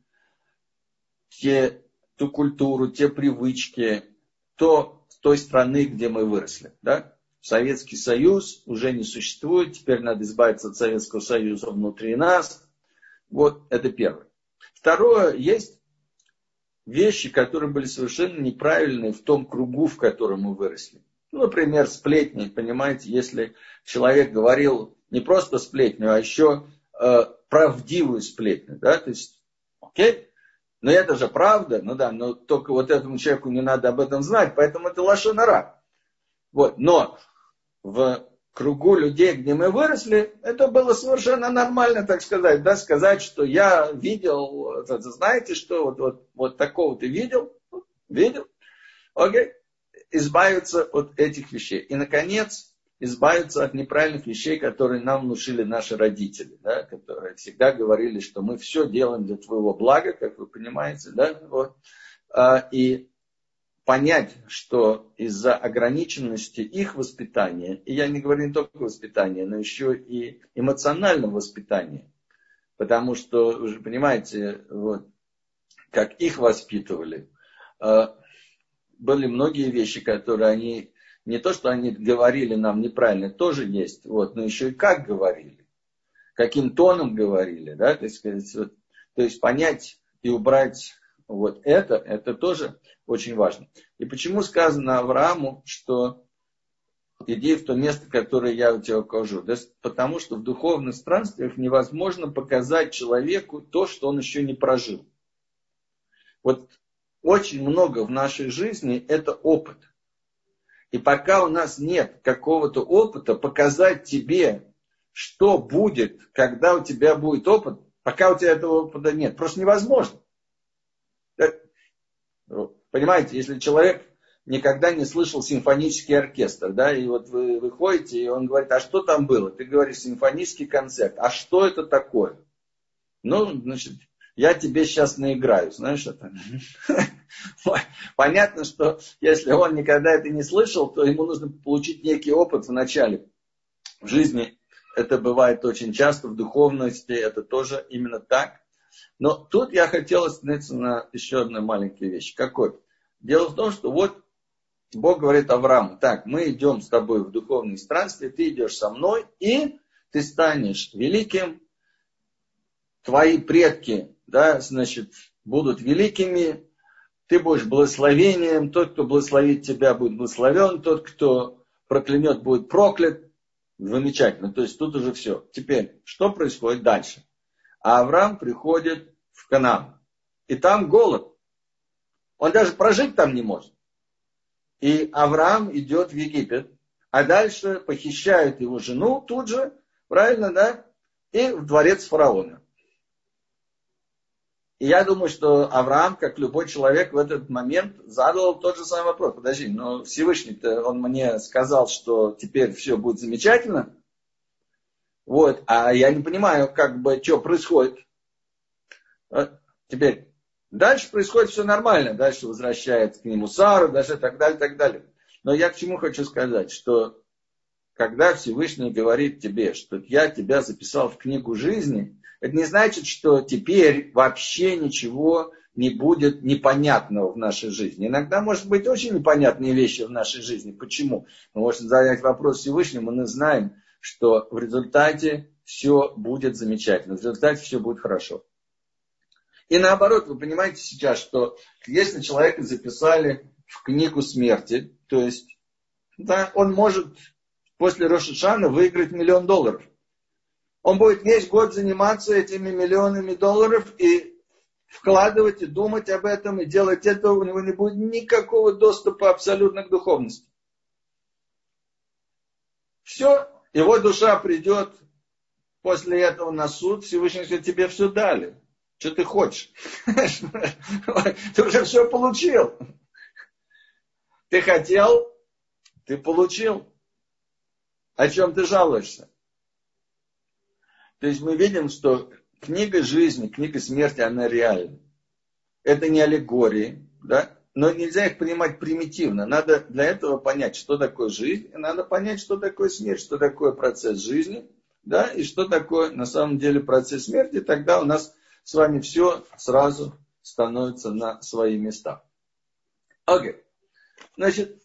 Speaker 1: те, ту культуру, те привычки, то, той страны, где мы выросли. Да? Советский Союз уже не существует. Теперь надо избавиться от Советского Союза внутри нас. Вот это первое. Второе, есть вещи, которые были совершенно неправильные в том кругу, в котором мы выросли. Ну, например, сплетни, понимаете, если человек говорил не просто сплетню, а еще э, правдивую сплетню, да, то есть, окей, но это же правда, ну да, но только вот этому человеку не надо об этом знать, поэтому это лашон ара. Вот, но в кругу людей, где мы выросли, это было совершенно нормально, так сказать, да, сказать, что я видел, знаете, что вот, вот, вот такого ты видел, видел, окей. Избавиться от этих вещей. И, наконец, избавиться от неправильных вещей, которые нам внушили наши родители, да, которые всегда говорили, что мы все делаем для твоего блага, как вы понимаете. Да, вот. И понять, что из-за ограниченности их воспитания, и я не говорю не только воспитания, но еще и эмоционального воспитания, потому что, вы же понимаете, вот, как их воспитывали, были многие вещи, которые они, не то, что они говорили нам неправильно, тоже есть, вот, но еще и как говорили, каким тоном говорили, да, то есть, вот, то есть понять и убрать вот это, это тоже очень важно. И почему сказано Аврааму, что иди в то место, которое я у тебя укажу? Да, потому что в духовных странствиях невозможно показать человеку то, что он еще не прожил. Вот очень много в нашей жизни это опыт. И пока у нас нет какого-то опыта, показать тебе, что будет, когда у тебя будет опыт, пока у тебя этого опыта нет, просто невозможно. Понимаете, если человек никогда не слышал симфонический оркестр, да, и вот вы выходите, и он говорит, а что там было? Ты говоришь, симфонический концерт. А что это такое? Ну, значит, я тебе сейчас наиграю, знаешь это? Понятно, что если он никогда это не слышал, то ему нужно получить некий опыт вначале. В жизни это бывает очень часто, в духовности это тоже именно так. Но тут я хотел остановиться на еще одной маленькой вещи. Какой? Дело в том, что вот Бог говорит Аврааму, так, мы идем с тобой в духовные странствия, ты идешь со мной, и ты станешь великим. Твои предки, да, значит, будут великими, ты будешь благословением, тот, кто благословит тебя, будет благословен, тот, кто проклянет, будет проклят. Замечательно, то есть тут уже все. Теперь, что происходит дальше? А Авраам приходит в Канаан, и там голод. Он даже прожить там не может. И Авраам идет в Египет, а дальше похищают его жену тут же, правильно, да? И в дворец фараона. И я думаю, что Авраам, как любой человек, в этот момент задал тот же самый вопрос. Подожди, но Всевышний-то, он мне сказал, что теперь все будет замечательно. Вот, а я не понимаю, как бы, что происходит. Теперь, дальше происходит все нормально. Дальше возвращается к нему Сара, дальше так далее, так далее. Но я к чему хочу сказать, что когда Всевышний говорит тебе, что я тебя записал в книгу жизни, это не значит, что теперь вообще ничего не будет непонятного в нашей жизни. Иногда может быть очень непонятные вещи в нашей жизни. Почему? Мы можем задать вопрос Всевышнему, мы знаем, что в результате все будет замечательно, в результате все будет хорошо. И наоборот, вы понимаете сейчас, что если человека записали в книгу смерти, то есть да, он может после Рош ха-Шана выиграть миллион долларов. Он будет весь год заниматься этими миллионами долларов и вкладывать, и думать об этом, и делать это, у него не будет никакого доступа абсолютно к духовности. Все, его душа придет после этого на суд, Всевышний говорит, тебе все дали. Что ты хочешь? Ты уже все получил. Ты хотел, ты получил. О чем ты жалуешься? То есть мы видим, что книга жизни, книга смерти, она реальна. Это не аллегории, да? Но нельзя их понимать примитивно. Надо для этого понять, что такое жизнь, и надо понять, что такое смерть, что такое процесс жизни, да, и что такое на самом деле процесс смерти. Тогда у нас с вами все сразу становится на свои места. Окей. Значит,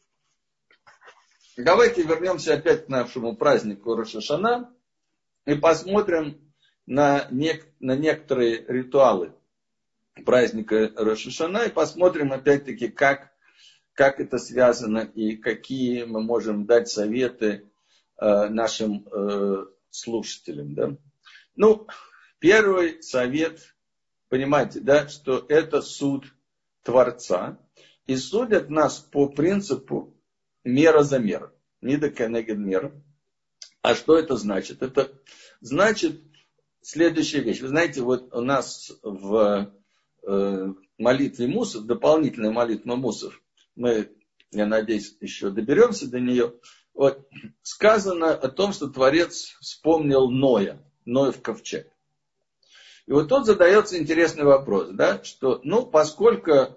Speaker 1: давайте вернемся опять к нашему празднику Рош ха-Шана и посмотрим на, нек- на некоторые ритуалы праздника Рош ха-Шана и посмотрим опять-таки, как, как это связано и какие мы можем дать советы э, нашим э, слушателям. Да? Ну, первый совет, понимаете, да, что это суд Творца. И судят нас по принципу мера за меру. Мида кенегед мера. А что это значит? Это значит следующая вещь. Вы знаете, вот у нас в э, молитве Мусов, дополнительная молитва Мусов, мы, я надеюсь, еще доберемся до нее, вот, сказано о том, что Творец вспомнил Ноя, Ноев ковчег. И вот тут задается интересный вопрос, да, что, ну, поскольку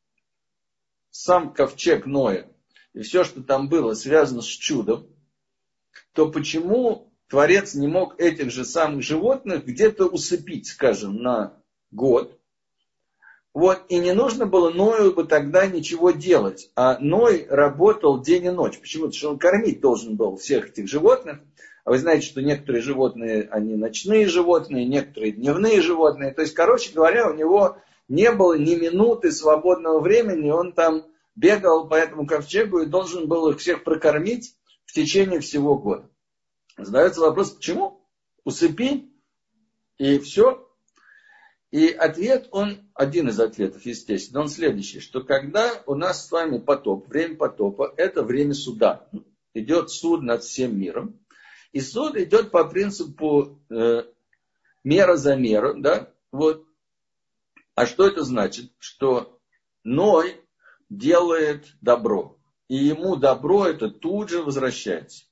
Speaker 1: сам ковчег Ноя и все, что там было, связано с чудом, то почему Творец не мог этих же самых животных где-то усыпить, скажем, на год? Вот, и не нужно было Ною бы тогда ничего делать. А Ной работал день и ночь. Почему? Потому что он кормить должен был всех этих животных. А вы знаете, что некоторые животные, они ночные животные, некоторые дневные животные. То есть, короче говоря, у него не было ни минуты свободного времени. Он там бегал по этому ковчегу и должен был их всех прокормить в течение всего года. Задается вопрос, почему? Усыпи, и все. И ответ, он, один из ответов, естественно, он следующий, что когда у нас с вами потоп, время потопа, это время суда. Идет суд над всем миром. И суд идет по принципу э, мера за меру, да, вот. А что это значит? Что Ной делает добро. И ему добро это тут же возвращается.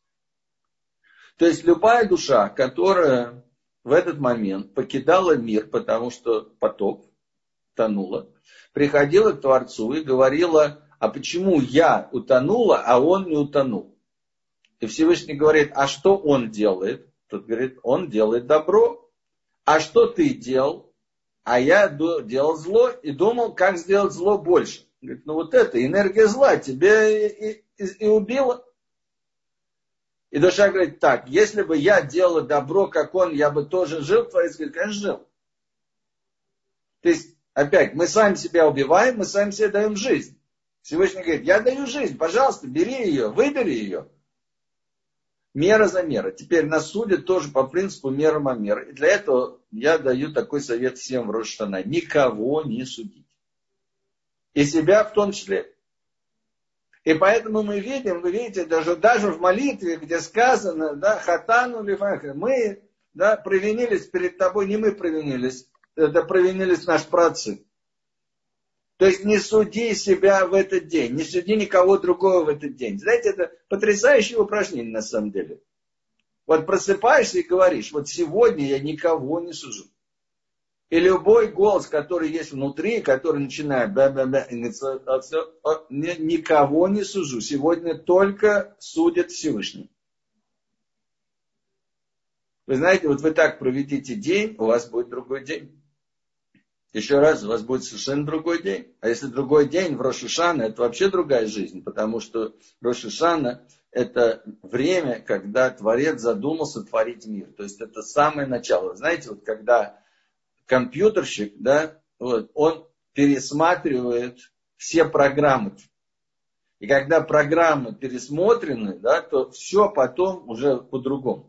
Speaker 1: То есть любая душа, которая в этот момент покидала мир, потому что потоп тонула, приходила к Творцу и говорила, а почему я утонула, а он не утонул? И Всевышний говорит, а что он делает? Тот говорит, он делает добро. А что ты делал? А я делал зло и думал, как сделать зло больше. Говорит, ну вот это энергия зла тебя и, и, и убила. И душа говорит, так, если бы я делал добро, как он, я бы тоже жил. Творец говорит, конечно, жил. То есть Опять, мы сами себя убиваем, мы сами себе даем жизнь. Всевышний говорит, я даю жизнь, пожалуйста, бери ее, выбери ее. Мера за мерой. Теперь нас судят тоже по принципу мера за мерой. И для этого я даю такой совет всем в Рош ха-Шана. Никого не судить. И себя в том числе. И поэтому мы видим, вы видите, даже, даже в молитве, где сказано, да, хатану лифахе, мы, да, провинились перед тобой, не мы провинились, это провинились наши праотцы. То есть не суди себя в этот день, не суди никого другого в этот день. Знаете, это потрясающее упражнение на самом деле. Вот просыпаешься и говоришь, вот сегодня я никого не сужу. И любой голос, который есть внутри, который начинает, бля-бля-бля, никого не сужу. Сегодня только судит Всевышний. Вы знаете, вот вы так проведите день, у вас будет другой день. Еще раз, у вас будет совершенно другой день. А если другой день в Рош ха-Шана, это вообще другая жизнь. Потому что Рош ха-Шана это время, когда Творец задумался творить мир. То есть это самое начало. Вы знаете, вот когда компьютерщик, да, вот, он пересматривает все программы. И когда программы пересмотрены, да, то все потом уже по-другому.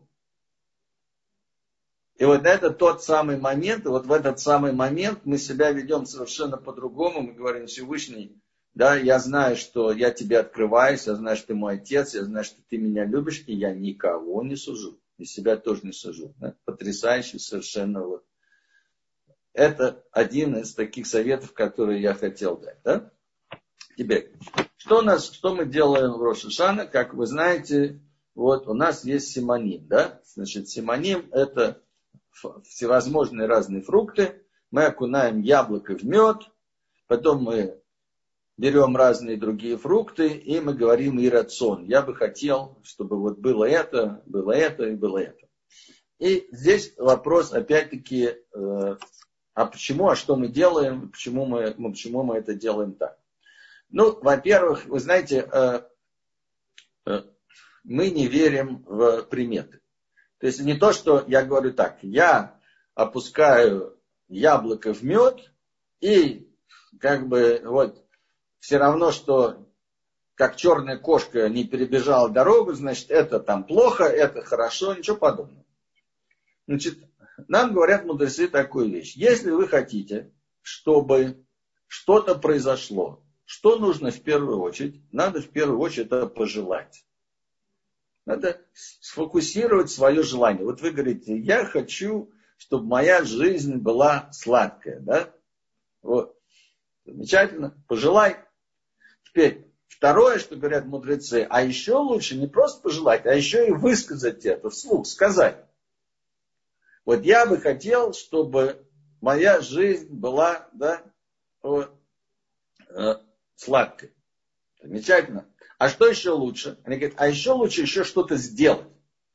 Speaker 1: И вот это тот самый момент, и вот в этот самый момент мы себя ведем совершенно по-другому. Мы говорим, Всевышний, да, я знаю, что я тебе открываюсь, я знаю, что ты мой отец, я знаю, что ты меня любишь, и я никого не сужу. И себя тоже не сужу. Да? Потрясающе совершенно. Вот. Это один из таких советов, которые я хотел дать. Да? Теперь, что, у нас, что мы делаем в Рош ха-Шана? Как вы знаете, вот у нас есть симоним. Да? Значит, симоним это всевозможные разные фрукты. Мы окунаем яблоко в мед. Потом мы берем разные другие фрукты. И мы говорим и рацион. Я бы хотел, чтобы вот было это, было это и было это. И здесь вопрос опять-таки, э, а почему, а что мы делаем, почему мы, почему мы это делаем так. Ну, во-первых, вы знаете, э, э, мы не верим в приметы. То есть не то, что я говорю так, я опускаю яблоко в мед и как бы вот все равно, что как черная кошка не перебежала дорогу, значит это там плохо, это хорошо, ничего подобного. Значит, нам говорят мудрецы такую вещь. Если вы хотите, чтобы что-то произошло, что нужно в первую очередь? Надо в первую очередь это пожелать. Надо сфокусировать свое желание. Вот вы говорите, я хочу, чтобы моя жизнь была сладкая. Да? Вот. Замечательно. Пожелай. Теперь, второе, что говорят мудрецы, а еще лучше не просто пожелать, а еще и высказать это вслух, сказать. Вот я бы хотел, чтобы моя жизнь была, да, вот, э, сладкой. Замечательно. А что еще лучше? Они говорят, а еще лучше еще что-то сделать.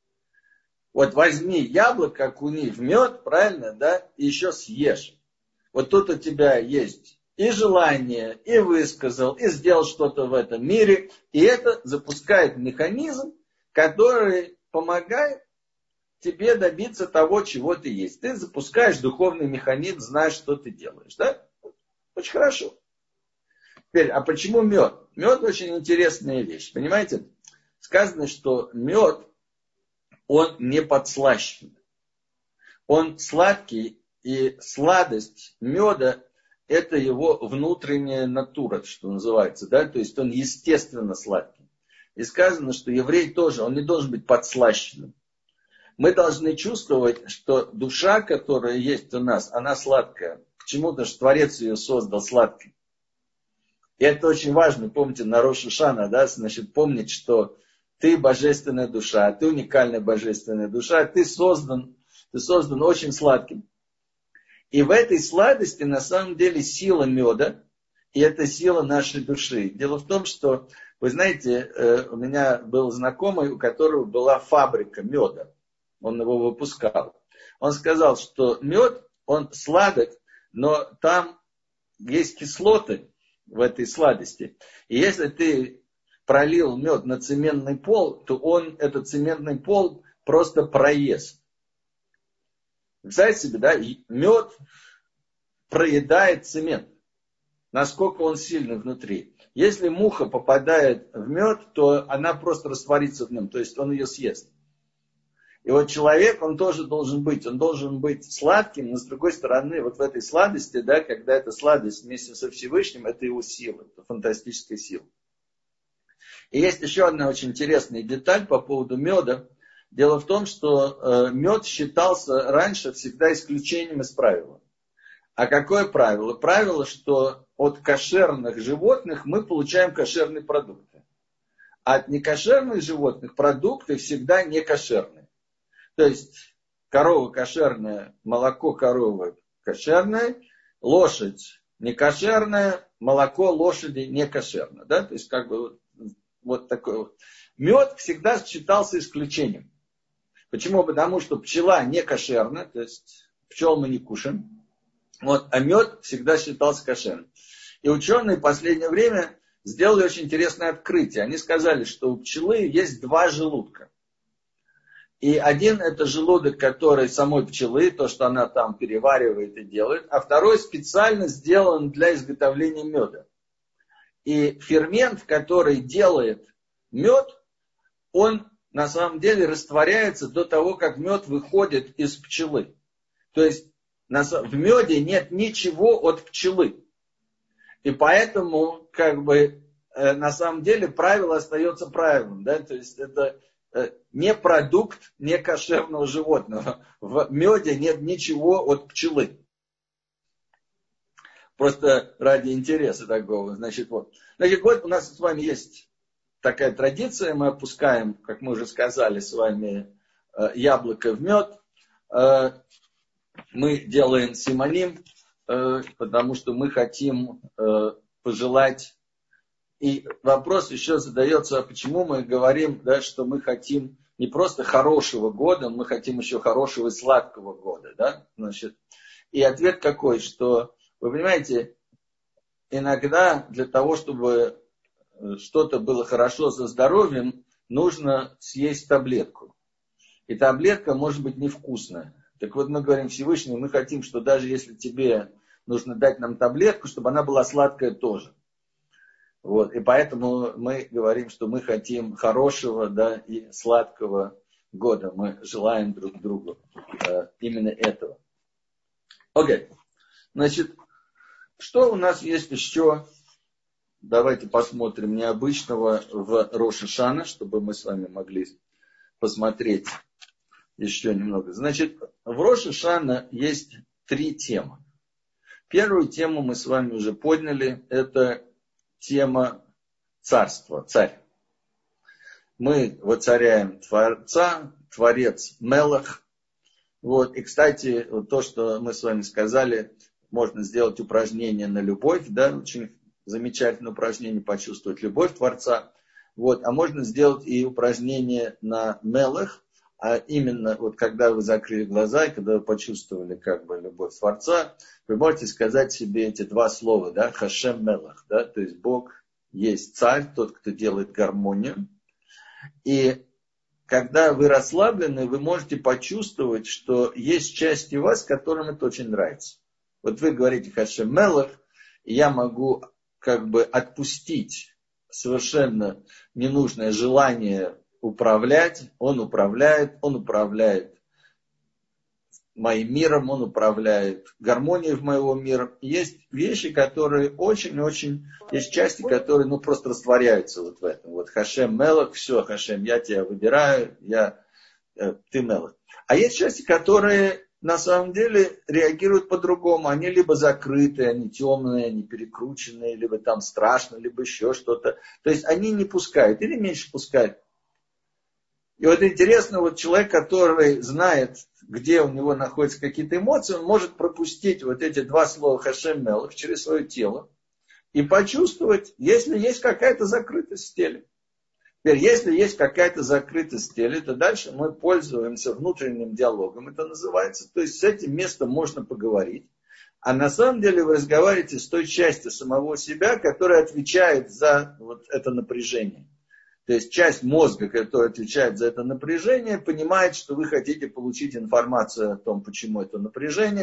Speaker 1: Вот возьми яблоко, окуни в мед, правильно, да, и еще съешь. Вот тут у тебя есть и желание, и высказал, и сделал что-то в этом мире. И это запускает механизм, который помогает тебе добиться того, чего ты есть. Ты запускаешь духовный механизм, знаешь, что ты делаешь. Да? Очень хорошо. Теперь, а почему мед? Мед очень интересная вещь. Понимаете? Сказано, что мед, он не подслащен. Он сладкий, и сладость меда – это его внутренняя натура, что называется. Да? То есть он естественно сладкий. И сказано, что еврей тоже, он не должен быть подслащенным. Мы должны чувствовать, что душа, которая есть у нас, она сладкая. Почему? Потому что Творец ее создал сладкой. И это очень важно, помните, на Рош ха-Шана, да, значит, помнить, что ты божественная душа, ты уникальная божественная душа, ты создан, ты создан очень сладким. И в этой сладости на самом деле сила меда, и это сила нашей души. Дело в том, что, вы знаете, у меня был знакомый, у которого была фабрика меда, он его выпускал. Он сказал, что мед, он сладок, но там есть кислоты, в этой сладости. И если ты пролил мед на цементный пол, то он, этот цементный пол просто проест. Представьте себе, да, мед проедает цемент. Насколько он сильный внутри. Если муха попадает в мед, то она просто растворится в нем, то есть он ее съест. И вот человек, он тоже должен быть, он должен быть сладким, но с другой стороны, вот в этой сладости, да, когда эта сладость вместе со Всевышним, это его сила, это фантастическая сила. И есть еще одна очень интересная деталь по поводу меда. Дело в том, что э, мед считался раньше всегда исключением из правила. А какое правило? Правило, что от кошерных животных мы получаем кошерные продукты. А от некошерных животных продукты всегда не кошерные. То есть корова кошерная, молоко коровы кошерное, лошадь не кошерная, молоко лошади не кошерное. Да? То есть как бы вот, вот такой вот. Мед всегда считался исключением. Почему? Потому что пчела не кошерная, то есть пчел мы не кушаем. Вот, а мед всегда считался кошерным. И ученые в последнее время сделали очень интересное открытие. Они сказали, что у пчелы есть два желудка. И один это желудок, который самой пчелы, то, что она там переваривает и делает, а второй специально сделан для изготовления меда. И фермент, который делает мед, он на самом деле растворяется до того, как мед выходит из пчелы. То есть в меде нет ничего от пчелы. И поэтому, как бы, э, на самом деле, правило остается правилом. Да? То есть это э, не продукт некошерного животного. В меде нет ничего от пчелы. Просто ради интереса такого. Значит, вот. Значит, вот у нас с вами есть такая традиция. Мы опускаем, как мы уже сказали с вами, э, яблоко в мед. Э, Мы делаем симоним, потому что мы хотим пожелать. И вопрос еще задается, а почему мы говорим, да, что мы хотим не просто хорошего года, мы хотим еще хорошего и сладкого года. Да? Значит, и ответ какой, что, вы понимаете, иногда для того, чтобы что-то было хорошо со здоровьем, нужно съесть таблетку. И таблетка может быть невкусная. Так вот мы говорим Всевышнему, мы хотим, что даже если тебе нужно дать нам таблетку, чтобы она была сладкая тоже. Вот. И поэтому мы говорим, что мы хотим хорошего, да, и сладкого года. Мы желаем друг другу э, именно этого. Окей. Значит, что у нас есть еще? Давайте посмотрим необычного в Рош ха-Шана, чтобы мы с вами могли посмотреть еще немного. Значит, в Рош ха-Шана есть три темы. Первую тему мы с вами уже подняли. Это тема царства, царь. Мы воцаряем Творца, Творец Мелах. Вот. И, кстати, то, что мы с вами сказали, можно сделать упражнение на любовь. Да? Очень замечательное упражнение почувствовать любовь Творца. Вот. А можно сделать и упражнение на Мелах. А именно, вот когда вы закрыли глаза, и когда вы почувствовали как бы любовь Творца, вы можете сказать себе эти два слова, да, Хашем Мелах, да, то есть Бог есть царь, тот, кто делает гармонию. И когда вы расслаблены, вы можете почувствовать, что есть части вас, которым это очень нравится. Вот вы говорите Хашем Мелах, и я могу как бы отпустить совершенно ненужное желание управлять, он управляет, он управляет моим миром, он управляет гармонией в моего мира. Есть вещи, которые очень-очень, есть части, которые ну, просто растворяются вот в этом. Вот Хашем Мелах, все, Хашем, я тебя выбираю, я, э, ты Мелах. А есть части, которые на самом деле реагируют по-другому. Они либо закрыты, они темные, они перекрученные, либо там страшно, либо еще что-то. То есть они не пускают или меньше пускают. И вот интересно, вот человек, который знает, где у него находятся какие-то эмоции, он может пропустить вот эти два слова Хашем Мелах через свое тело и почувствовать, если есть какая-то закрытость в теле. Теперь, если есть какая-то закрытость в теле, то дальше мы пользуемся внутренним диалогом, это называется. То есть с этим местом можно поговорить. А на самом деле вы разговариваете с той частью самого себя, которая отвечает за вот это напряжение. То есть часть мозга, которая отвечает за это напряжение, понимает, что вы хотите получить информацию о том, почему это напряжение.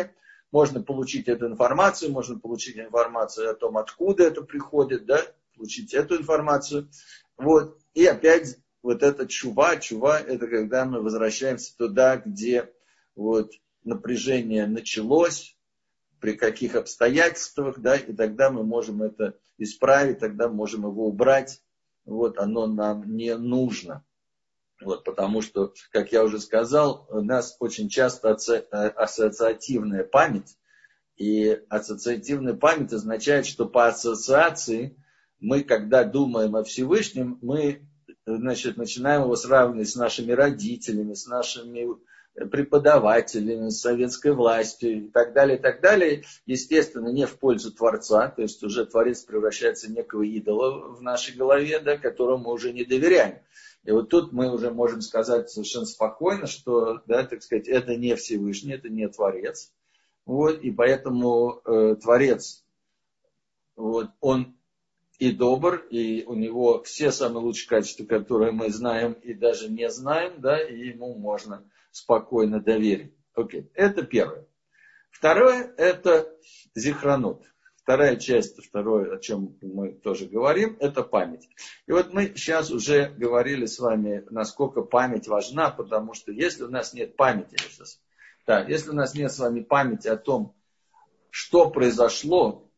Speaker 1: можно получить эту информацию, можно получить информацию о том, откуда это приходит, да, получить эту информацию. Вот. И опять вот это чува, чува, это когда мы возвращаемся туда, где вот напряжение началось, при каких обстоятельствах, да, и тогда мы можем это исправить, тогда можем его убрать. Вот, оно нам не нужно. Вот, потому что, как я уже сказал, у нас очень часто ассоциативная память. И ассоциативная память означает, что по ассоциации мы, когда думаем о Всевышнем, мы, значит, начинаем его сравнивать с нашими родителями, с нашими преподавателями, с советской властью и так далее, и так далее. Естественно, не в пользу Творца, то есть уже Творец превращается в некого идола в нашей голове, да, которому мы уже не доверяем. И вот тут мы уже можем сказать совершенно спокойно, что, да, так сказать, это не Всевышний, это не Творец. Вот, и поэтому э, Творец, вот, он и добр, и у него все самые лучшие качества, которые мы знаем и даже не знаем, да, и ему можно спокойно доверить. Окей, это первое. Второе, это зихранут. Вторая часть, второе, о чем мы тоже говорим, это память. И вот мы сейчас уже говорили с вами, насколько память важна, потому что если у нас нет памяти, сейчас, да, если у нас нет с вами памяти о том, что произошло,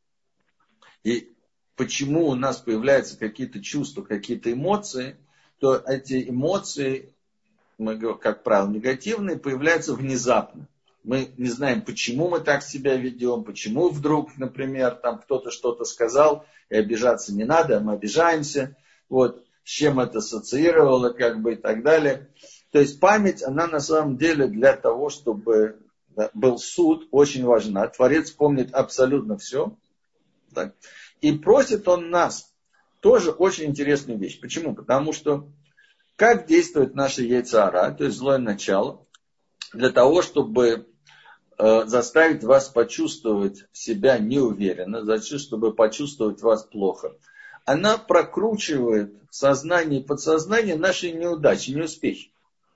Speaker 1: и почему у нас появляются какие-то чувства, какие-то эмоции, то эти эмоции, мы, как правило, негативные, появляются внезапно. Мы не знаем, почему мы так себя ведем, почему вдруг, например, там кто-то что-то сказал, и обижаться не надо, а мы обижаемся. Вот, с чем это ассоциировало, как бы, и так далее. То есть память, она на самом деле для того, чтобы, да, был суд, очень важна. Творец помнит абсолютно все. Так. И просит он нас тоже очень интересную вещь. Почему? Потому что как действует наше яйцеара, то есть злое начало, для того, чтобы э, заставить вас почувствовать себя неуверенно, зачем, чтобы почувствовать вас плохо. Она прокручивает в сознании и подсознании наши неудачи, неуспехи.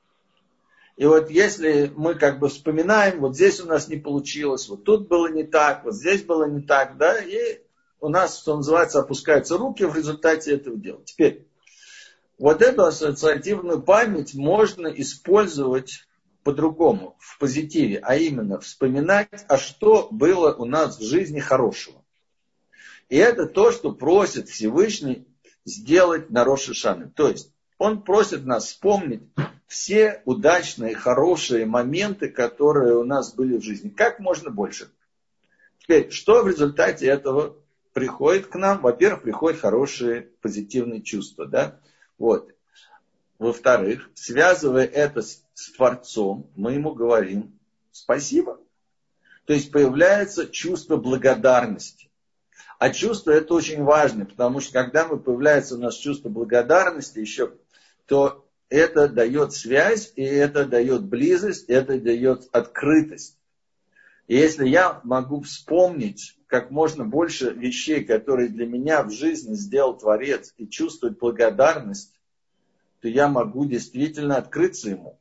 Speaker 1: И вот если мы как бы вспоминаем, вот здесь у нас не получилось, вот тут было не так, вот здесь было не так, да, и у нас, что называется, опускаются руки в результате этого дела. Теперь, вот эту ассоциативную память можно использовать по-другому, в позитиве, а именно вспоминать, а что было у нас в жизни хорошего. И это то, что просит Всевышний сделать на Рош ха-Шана. То есть, он просит нас вспомнить все удачные, хорошие моменты, которые у нас были в жизни. Как можно больше. Теперь, что в результате этого приходит к нам? Во-первых, приходят хорошие, позитивные чувства. Да? Вот. Во-вторых, связывая это с, с Творцом, мы ему говорим спасибо. То есть появляется чувство благодарности. А чувство это очень важно, потому что когда мы появляется у нас чувство благодарности еще, то это дает связь, и это дает близость, это дает открытость. И если я могу вспомнить как можно больше вещей, которые для меня в жизни сделал Творец, и чувствовать благодарность, то я могу действительно открыться ему.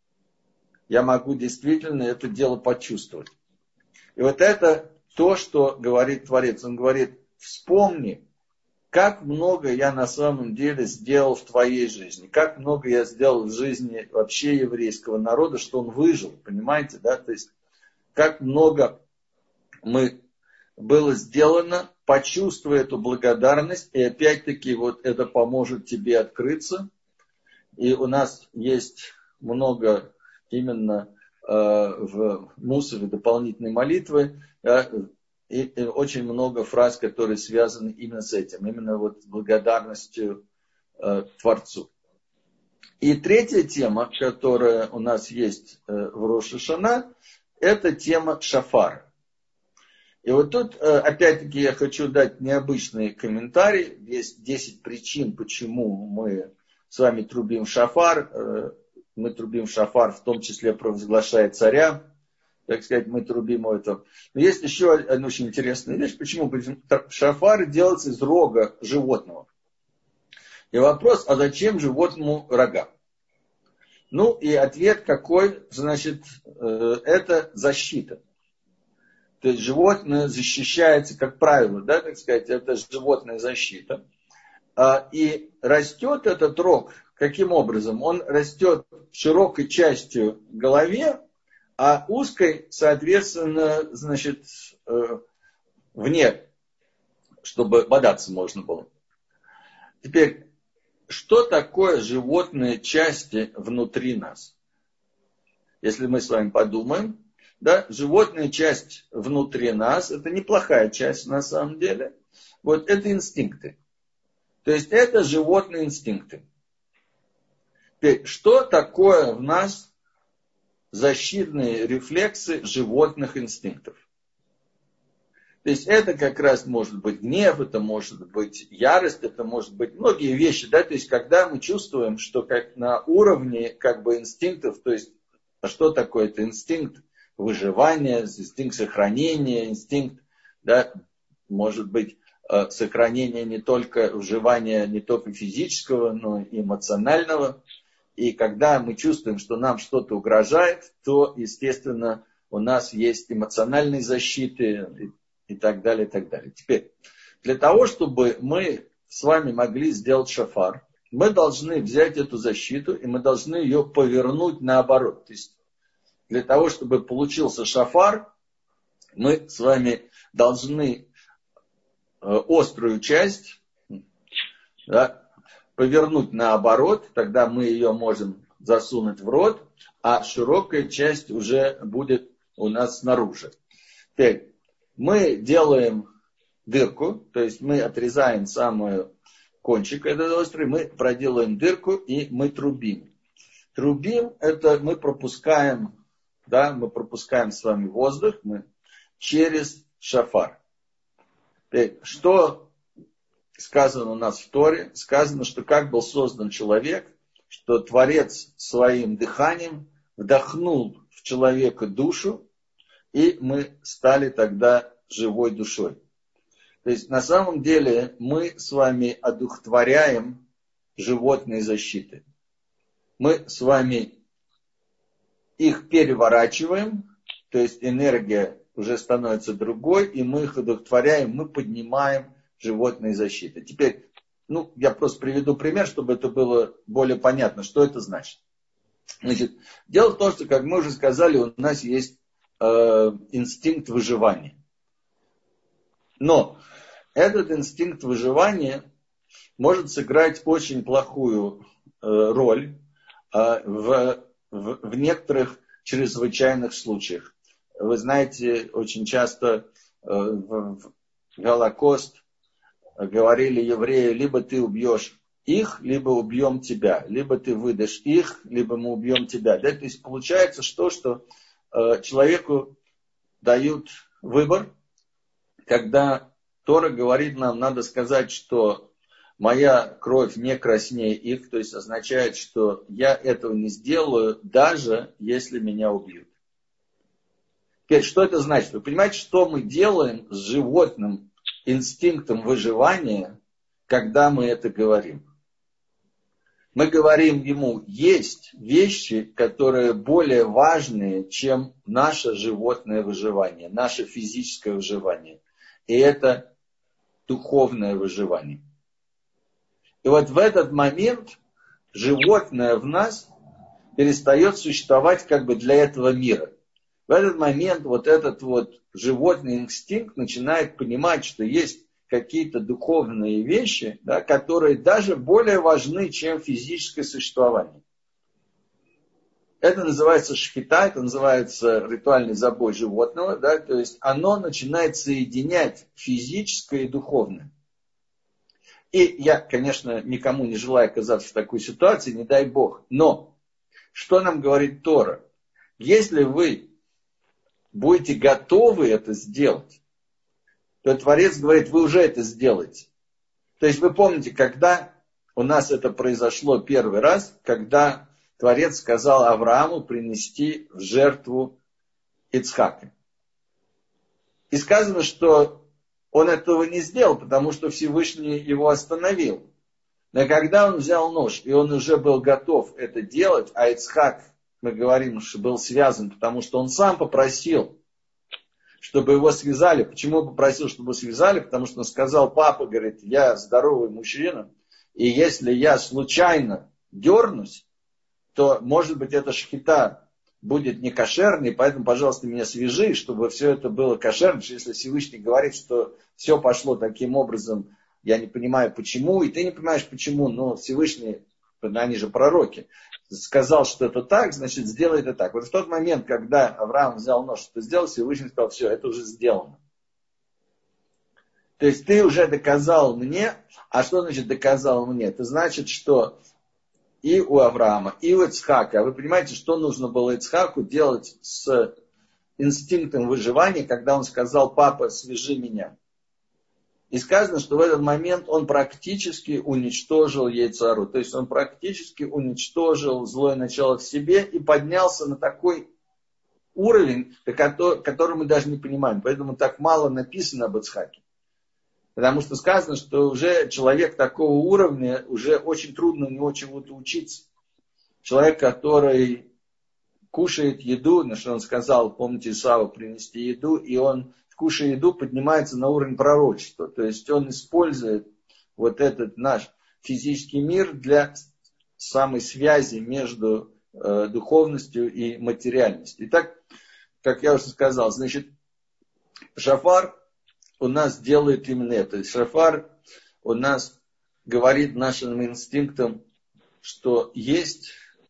Speaker 1: Я могу действительно это дело почувствовать. И вот это то, что говорит Творец. Он говорит, вспомни, как много я на самом деле сделал в твоей жизни, как много я сделал в жизни вообще еврейского народа, что он выжил, понимаете, да? То есть, как много мы было сделано, почувствуй эту благодарность, и опять-таки вот это поможет тебе открыться. И у нас есть много именно э, в мусоре дополнительной молитвы, э, и, и очень много фраз, которые связаны именно с этим, именно вот с благодарностью э, Творцу. И третья тема, которая у нас есть э, в Рош ха-Шана, это тема шафара. И вот тут, э, опять-таки, я хочу дать необычный комментарий. Есть десять причин, почему мы с вами трубим шафар. Мы трубим шафар, в том числе провозглашая царя. Так сказать, мы трубим это. Но есть еще одна очень интересная вещь. Почему? Шафар делается из рога животного. И вопрос, а зачем животному рога? Ну и ответ какой? Значит, это защита. То есть животное защищается, как правило, да, так сказать, это животная защита. И растет этот рог, каким образом? Он растет широкой частью в голове, а узкой, соответственно, значит, вне, чтобы бодаться можно было. Теперь, что такое животные части внутри нас? Если мы с вами подумаем, да, животная часть внутри нас, это неплохая часть на самом деле, вот это инстинкты. То есть это животные инстинкты. Теперь, что такое в нас защитные рефлексы животных инстинктов? То есть это как раз может быть гнев, это может быть ярость, это может быть многие вещи, да, то есть когда мы чувствуем, что как на уровне как бы инстинктов, то есть а что такое это инстинкт выживания, инстинкт сохранения, инстинкт, да, может быть сохранения не только выживания, не только физического, но и эмоционального. И когда мы чувствуем, что нам что-то угрожает, то, естественно, у нас есть эмоциональные защиты и так далее, и так далее. Теперь, для того, чтобы мы с вами могли сделать шафар, мы должны взять эту защиту, и мы должны ее повернуть наоборот. То есть, для того, чтобы получился шафар, мы с вами должны острую часть, да, повернуть наоборот, тогда мы ее можем засунуть в рот, а широкая часть уже будет у нас снаружи. Теперь мы делаем дырку, то есть мы отрезаем самую кончик этот острый, мы проделаем дырку и мы трубим. Трубим, это мы пропускаем, да, мы пропускаем с вами воздух мы, через шафар. Теперь, что сказано у нас в Торе? Сказано, что как был создан человек, что Творец своим дыханием вдохнул в человека душу, и мы стали тогда живой душой. То есть на самом деле мы с вами одухотворяем животные защиты. Мы с вами их переворачиваем, то есть энергия уже становится другой, и мы их одухотворяем, мы поднимаем животные защиты. Теперь, ну, я просто приведу пример, чтобы это было более понятно, что это значит. Значит, дело в том, что, как мы уже сказали, у нас есть э, инстинкт выживания. Но этот инстинкт выживания может сыграть очень плохую э, роль э, в, в, в некоторых чрезвычайных случаях. Вы знаете, очень часто э, в, в Голокост говорили евреи, либо ты убьешь их, либо убьем тебя. Либо ты выдашь их, либо мы убьем тебя. Да? То есть получается что, что э, человеку дают выбор, когда Тора говорит нам, надо сказать, что моя кровь не краснее их, то есть означает, что я этого не сделаю, даже если меня убьют. Теперь, что это значит? Вы понимаете, что мы делаем с животным инстинктом выживания, когда мы это говорим? Мы говорим ему, есть вещи, которые более важные, чем наше животное выживание, наше физическое выживание. И это духовное выживание. И вот в этот момент животное в нас перестает существовать как бы для этого мира. В этот момент вот этот вот животный инстинкт начинает понимать, что есть какие-то духовные вещи, да, которые даже более важны, чем физическое существование. Это называется шхита, это называется ритуальный забой животного, да, то есть оно начинает соединять физическое и духовное. И я, конечно, никому не желаю оказаться в такой ситуации, не дай Бог, но что нам говорит Тора? Если вы будете готовы это сделать, то Творец говорит, вы уже это сделаете. То есть вы помните, когда у нас это произошло первый раз, когда Творец сказал Аврааму принести в жертву Ицхака. И сказано, что он этого не сделал, потому что Всевышний его остановил. Но когда он взял нож, и он уже был готов это делать, а Ицхак, мы говорим, что был связан, потому что он сам попросил, чтобы его связали. Почему он попросил, чтобы его связали? Потому что он сказал, папа, говорит, я здоровый мужчина, и если я случайно дернусь, то, может быть, эта шхита будет не кошерной, поэтому, пожалуйста, меня свяжи, чтобы все это было кошерно. Если Всевышний говорит, что все пошло таким образом, я не понимаю, почему, и ты не понимаешь, почему, но Всевышний, они же пророки, сказал, что это так, значит, сделай это так. Вот в тот момент, когда Авраам взял нож, что сделал, Всевышний сказал, все, это уже сделано. То есть ты уже доказал мне, а что значит доказал мне? Это значит, что и у Авраама, и у Ицхака, а вы понимаете, что нужно было Ицхаку делать с инстинктом выживания, когда он сказал, папа, свяжи меня. И сказано, что в этот момент он практически уничтожил Йецер-Гару. То есть он практически уничтожил злое начало в себе и поднялся на такой уровень, который мы даже не понимаем. Поэтому так мало написано об Ицхаке. Потому что сказано, что уже человек такого уровня, уже очень трудно у него чего-то учиться. Человек, который кушает еду, на что он сказал, помните, Исаву принести еду, и он, кушая еду, поднимается на уровень пророчества. То есть он использует вот этот наш физический мир для самой связи между э, духовностью и материальностью. Итак, как я уже сказал, значит, шафар у нас делает именно это. Шафар у нас говорит нашим инстинктам, что есть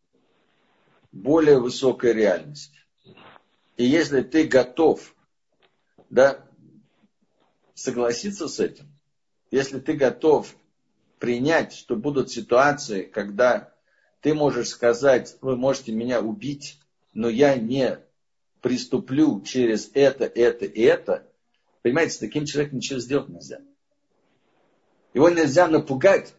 Speaker 1: более высокая реальность. И если ты готов, да, согласиться с этим, если ты готов принять, что будут ситуации, когда ты можешь сказать, вы можете меня убить, но я не приступлю через это, это и это, понимаете, с таким человеком ничего сделать нельзя. Его нельзя напугать,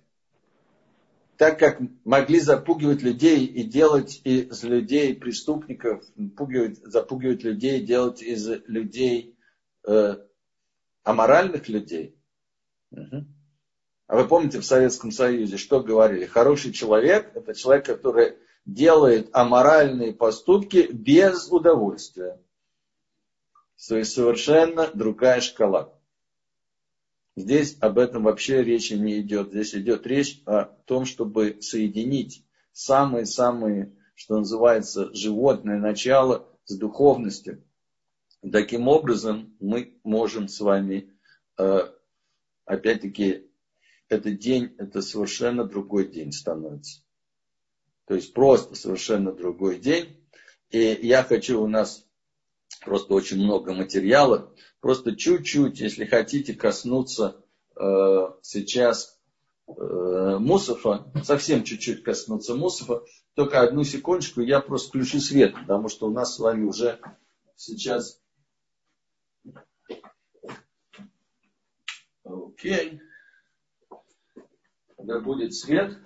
Speaker 1: так как могли запугивать людей и делать из людей преступников, запугивать, запугивать людей, делать из людей э, аморальных людей. Угу. А вы помните, в Советском Союзе что говорили? Хороший человек – это человек, который делает аморальные поступки без удовольствия. То есть совершенно другая шкала. Здесь об этом вообще речи не идет. Здесь идет речь о том, чтобы соединить самые-самые, что называется, животное начало с духовностью. И таким образом мы можем с вами, опять-таки, этот день, это совершенно другой день становится. То есть просто совершенно другой день. И я хочу, у нас просто очень много материала. Просто чуть-чуть, если хотите, коснуться э, сейчас э, Мусафа, совсем чуть-чуть коснуться Мусафа, только одну секундочку, я просто включу свет, потому что у нас с вами уже сейчас... Окей. Когда будет свет,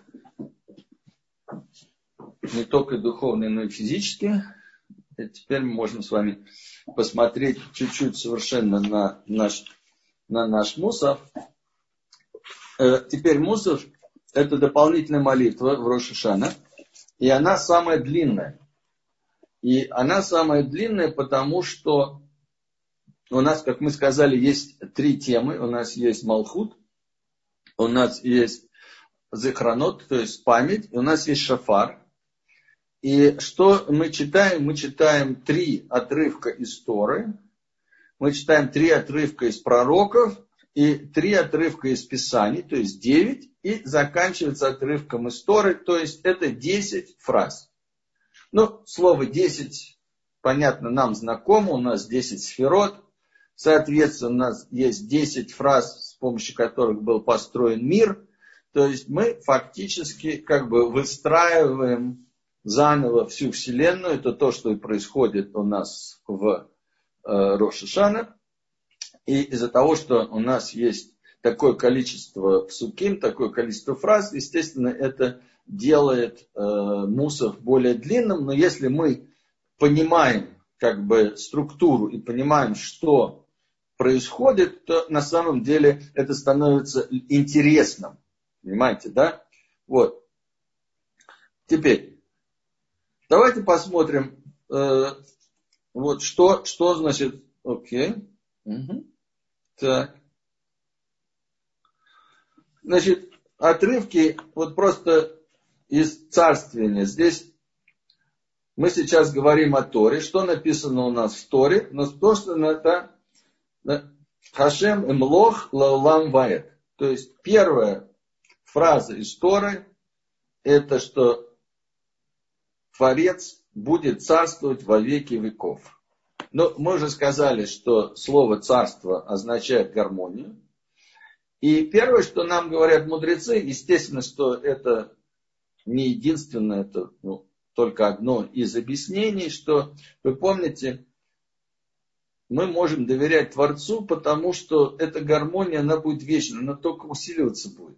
Speaker 1: не только духовный, но и физический, и теперь мы можем с вами посмотреть чуть-чуть совершенно на наш, на наш Мусаф. Теперь Мусаф – это дополнительная молитва в Рош ха-Шана, и она самая длинная. И она самая длинная, потому что у нас, как мы сказали, есть три темы. У нас есть Малхут, у нас есть Зихранот, то есть память, и у нас есть Шафар. И что мы читаем? Мы читаем три отрывка из Торы, мы читаем три отрывка из пророков и три отрывка из Писаний, то есть девять, и заканчивается отрывком из Торы, то есть это десять фраз. Ну, слово десять, понятно, нам знакомо, у нас десять сферот, соответственно, у нас есть десять фраз, с помощью которых был построен мир, то есть мы фактически как бы выстраиваем заново всю Вселенную. Это то, что и происходит у нас в э, Рош ха-Шана. И из-за того, что у нас есть такое количество псуким, такое количество фраз, естественно, это делает э, Мусаф более длинным. Но если мы понимаем как бы структуру и понимаем, что происходит, то на самом деле это становится интересным. Понимаете, да? Вот. Теперь. Давайте посмотрим, э, вот что, что значит Окей. Угу. Так. Значит, отрывки вот просто из царствования. Здесь мы сейчас говорим о Торе. Что написано у нас в Торе? Но то, что это Хашем эмлох лаулам ваэт. То есть первая фраза из Торы это что Творец будет царствовать во веки веков. Но мы уже сказали, что слово царство означает гармонию. И первое, что нам говорят мудрецы, естественно, что это не единственное, это ну, только одно из объяснений, что, вы помните, мы можем доверять Творцу, потому что эта гармония, она будет вечна, она только усиливаться будет.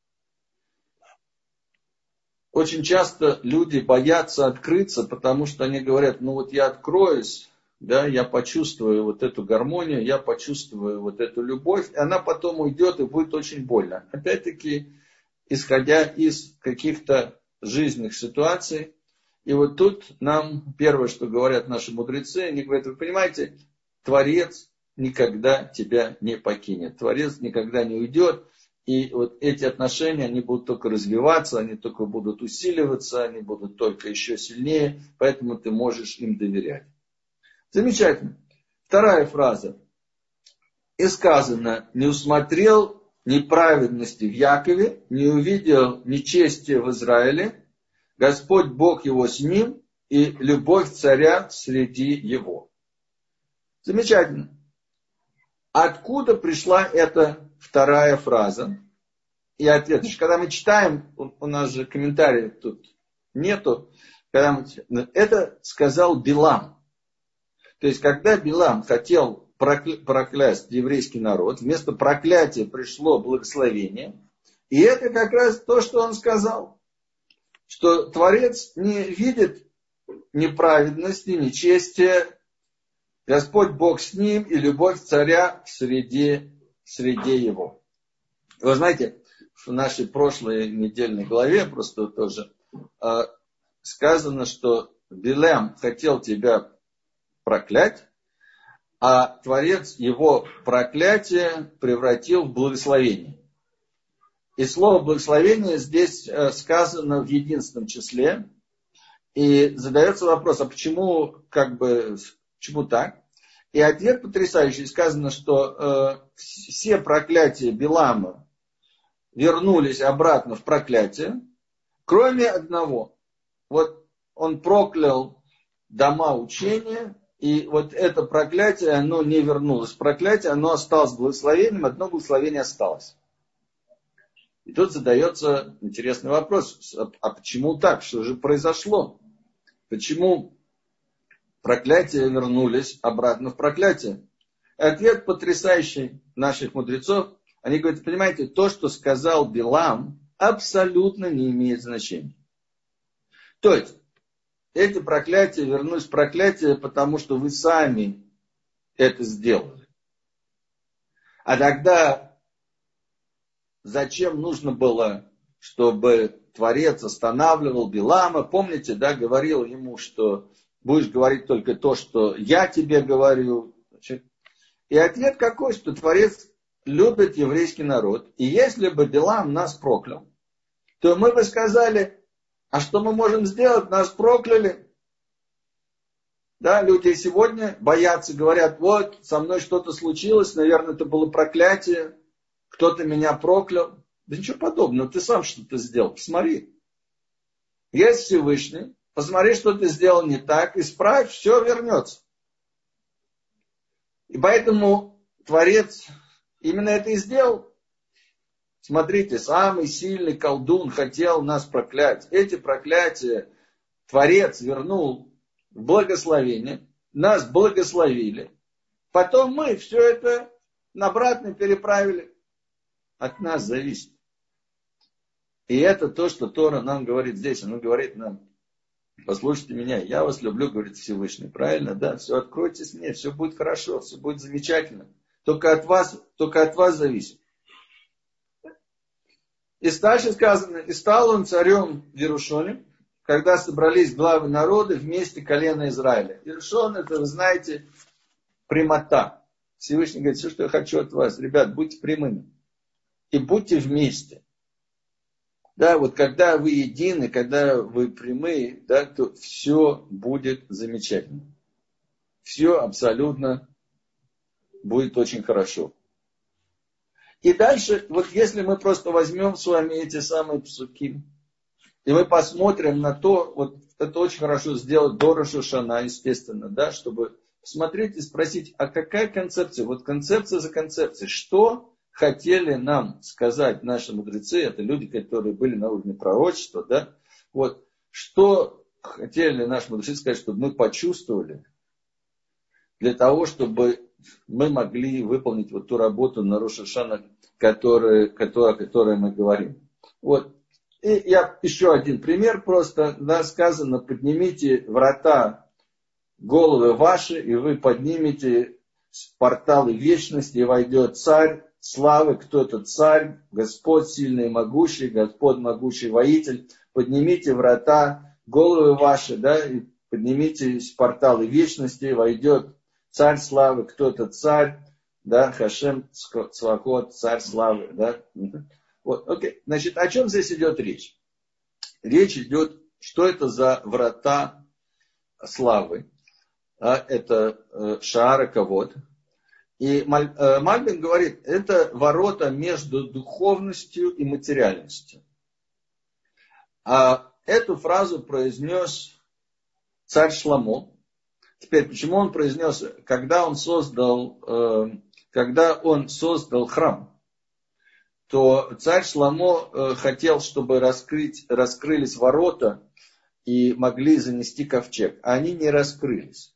Speaker 1: Очень часто люди боятся открыться, потому что они говорят, ну вот я откроюсь, да, я почувствую вот эту гармонию, я почувствую вот эту любовь, и она потом уйдет и будет очень больно. Опять-таки, исходя из каких-то жизненных ситуаций. И вот тут нам первое, что говорят наши мудрецы, они говорят, вы понимаете, Творец никогда тебя не покинет, Творец никогда не уйдет. И вот эти отношения, они будут только развиваться, они только будут усиливаться, они будут только еще сильнее, поэтому ты можешь им доверять. Замечательно. Вторая фраза. И сказано, не усмотрел неправедности в Якове, не увидел нечестия в Израиле, Господь Бог его с ним, и любовь царя среди его. Замечательно. Откуда пришла эта вторая фраза? И ответ. Значит, когда мы читаем, у нас же комментариев тут нету, когда мы, это сказал Билам. То есть, когда Билам хотел прокля- проклясть еврейский народ, вместо проклятия пришло благословение. И это как раз то, что он сказал. Что Творец не видит неправедности, нечестия. Господь Бог с ним, и любовь царя среди, среди его. Вы знаете, в нашей прошлой недельной главе просто тоже э, сказано, что Билам хотел тебя проклять, а Творец его проклятие превратил в благословение. И слово благословение здесь э, сказано в единственном числе. И задается вопрос, а почему, как бы, почему так? И ответ потрясающий. Сказано, что э, все проклятия Билама вернулись обратно в проклятие, кроме одного. Вот он проклял дома учения, и вот это проклятие, оно не вернулось в проклятие, оно осталось благословением, одно благословение осталось. И тут задается интересный вопрос, а почему так? Что же произошло? Почему проклятия вернулись обратно в проклятие? И ответ потрясающий наших мудрецов. Они говорят, понимаете, то, что сказал Билам, абсолютно не имеет значения. То есть, эти проклятия вернулись в проклятие, потому что вы сами это сделали. А тогда зачем нужно было, чтобы Творец останавливал Билама? Помните, да, говорил ему, что будешь говорить только то, что я тебе говорю. И ответ какой, что Творец любит еврейский народ. И если бы Билам нас проклял, то мы бы сказали, а что мы можем сделать? Нас прокляли. Да, люди сегодня боятся, говорят, вот, со мной что-то случилось, наверное, это было проклятие, кто-то меня проклял. Да ничего подобного, ты сам что-то сделал, посмотри. Есть Всевышний, посмотри, что ты сделал не так, исправь, все вернется. И поэтому Творец именно это и сделал. Смотрите, самый сильный колдун хотел нас проклять. Эти проклятия Творец вернул в благословение. Нас благословили. Потом мы все это обратно переправили. От нас зависит. И это то, что Тора нам говорит здесь. Она говорит нам, послушайте меня, я вас люблю, говорит Всевышний. Правильно? Да, все, откройтесь мне, все будет хорошо, все будет замечательно. Только от вас, только от вас зависит. И дальше сказано, и стал он царем в Иерушалиме, когда собрались главы народа вместе колена Израиля. Иерушалим, это вы знаете, прямота. Всевышний говорит, все, что я хочу от вас, ребят, будьте прямыми. И будьте вместе. Да, вот когда вы едины, когда вы прямые, да, то все будет замечательно. Все абсолютно будет очень хорошо. И дальше, вот если мы просто возьмем с вами эти самые псуки, и мы посмотрим на то, вот это очень хорошо сделать до Рош ха-Шана, естественно, да, чтобы посмотреть и спросить, а какая концепция? Вот концепция за концепцией. Что хотели нам сказать наши мудрецы, это люди, которые были на уровне пророчества, да, вот, что хотели наши мудрецы сказать, чтобы мы почувствовали, для того, чтобы мы могли выполнить вот ту работу на Рош ха-Шана, которую, которую, о которой мы говорим. Вот. И я еще один пример просто, да, сказано, поднимите врата, головы ваши, и вы поднимете порталы вечности, и войдет царь славы. Кто этот царь? Господь сильный и могущий, Господь могучий воитель. Поднимите врата, головы ваши, да, и поднимите порталы вечности, и войдет царь славы. Кто этот царь? Да, Хашем Цвакот, царь славы, да. Вот, окей. Значит, о чем здесь идет речь? Речь идет, что это за врата славы. А, это э, Шаара Кавод. И Маль, э, Мальбим говорит, это ворота между духовностью и материальностью. А эту фразу произнес царь Шломо. Теперь, почему он произнес, когда он создал, э, когда он создал храм, то царь Шломо э, хотел, чтобы раскрыть, раскрылись ворота и могли занести ковчег. А они не раскрылись.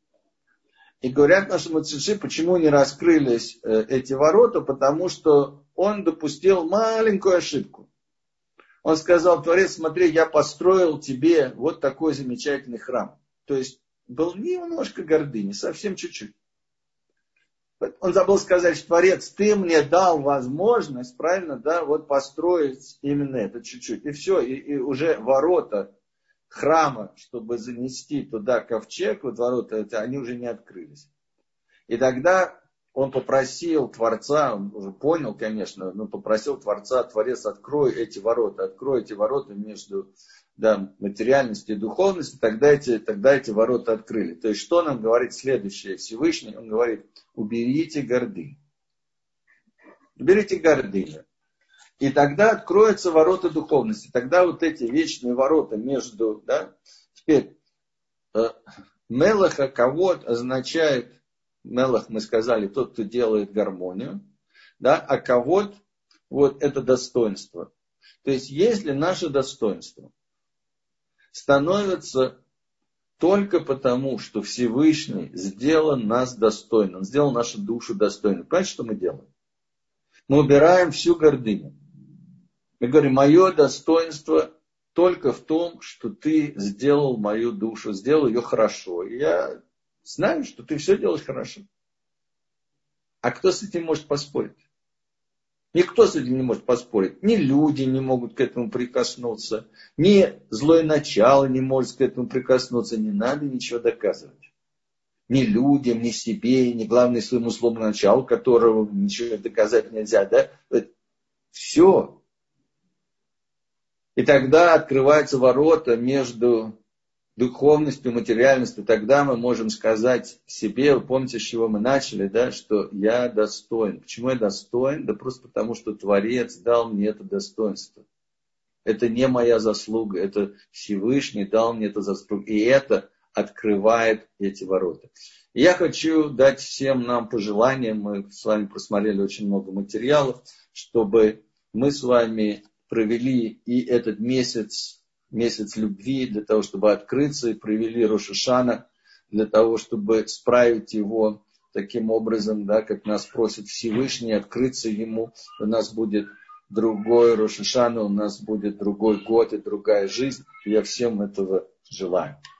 Speaker 1: И говорят наши мудрецы, почему не раскрылись э, эти ворота, потому что он допустил маленькую ошибку. Он сказал, Творец, смотри, я построил тебе вот такой замечательный храм. То есть был немножко гордыни, совсем чуть-чуть. Он забыл сказать, что Творец, ты мне дал возможность, правильно, да, вот построить именно это чуть-чуть. И все, и, и уже ворота храма, чтобы занести туда ковчег, вот ворота, они уже не открылись. И тогда он попросил Творца, он уже понял, конечно, но попросил Творца, Творец, открой эти ворота, открой эти ворота между, да, материальностью и духовностью, тогда эти, тогда эти ворота открыли. То есть, что нам говорит следующее Всевышний? Он говорит, уберите гордыню. Уберите гордыню. И тогда откроются ворота духовности. Тогда вот эти вечные ворота между, да, теперь, э, Мелах Кавод означает, Мелах, мы сказали, тот, кто делает гармонию, да, а Кавод, вот это достоинство. То есть, если наше достоинство становится только потому, что Всевышний сделал нас достойным, он сделал нашу душу достойной. Понимаете, что мы делаем? Мы убираем всю гордыню. Мы говорим, мое достоинство только в том, что ты сделал мою душу, сделал ее хорошо. И я знаю, что ты все делаешь хорошо. А кто с этим может поспорить? Никто с этим не может поспорить. Ни люди не могут к этому прикоснуться, ни злое начало не может к этому прикоснуться. Не надо ничего доказывать. Ни людям, ни себе, ни главное своему злому началу, которого ничего доказать нельзя. Да? Все. И тогда открываются ворота между духовностью, материальностью. Тогда мы можем сказать себе, вы помните, с чего мы начали, да, что я достоин. Почему я достоин? Да просто потому, что Творец дал мне это достоинство. Это не моя заслуга, это Всевышний дал мне это заслугу. И это открывает эти ворота. И я хочу дать всем нам пожелания. Мы с вами просмотрели очень много материалов, чтобы мы с вами провели и этот месяц, месяц любви, для того, чтобы открыться, и провели Рош ха-Шана, для того, чтобы справить его таким образом, да, как нас просит Всевышний, открыться ему. У нас будет другой Рош ха-Шана, у нас будет другой год и другая жизнь. Я всем этого желаю.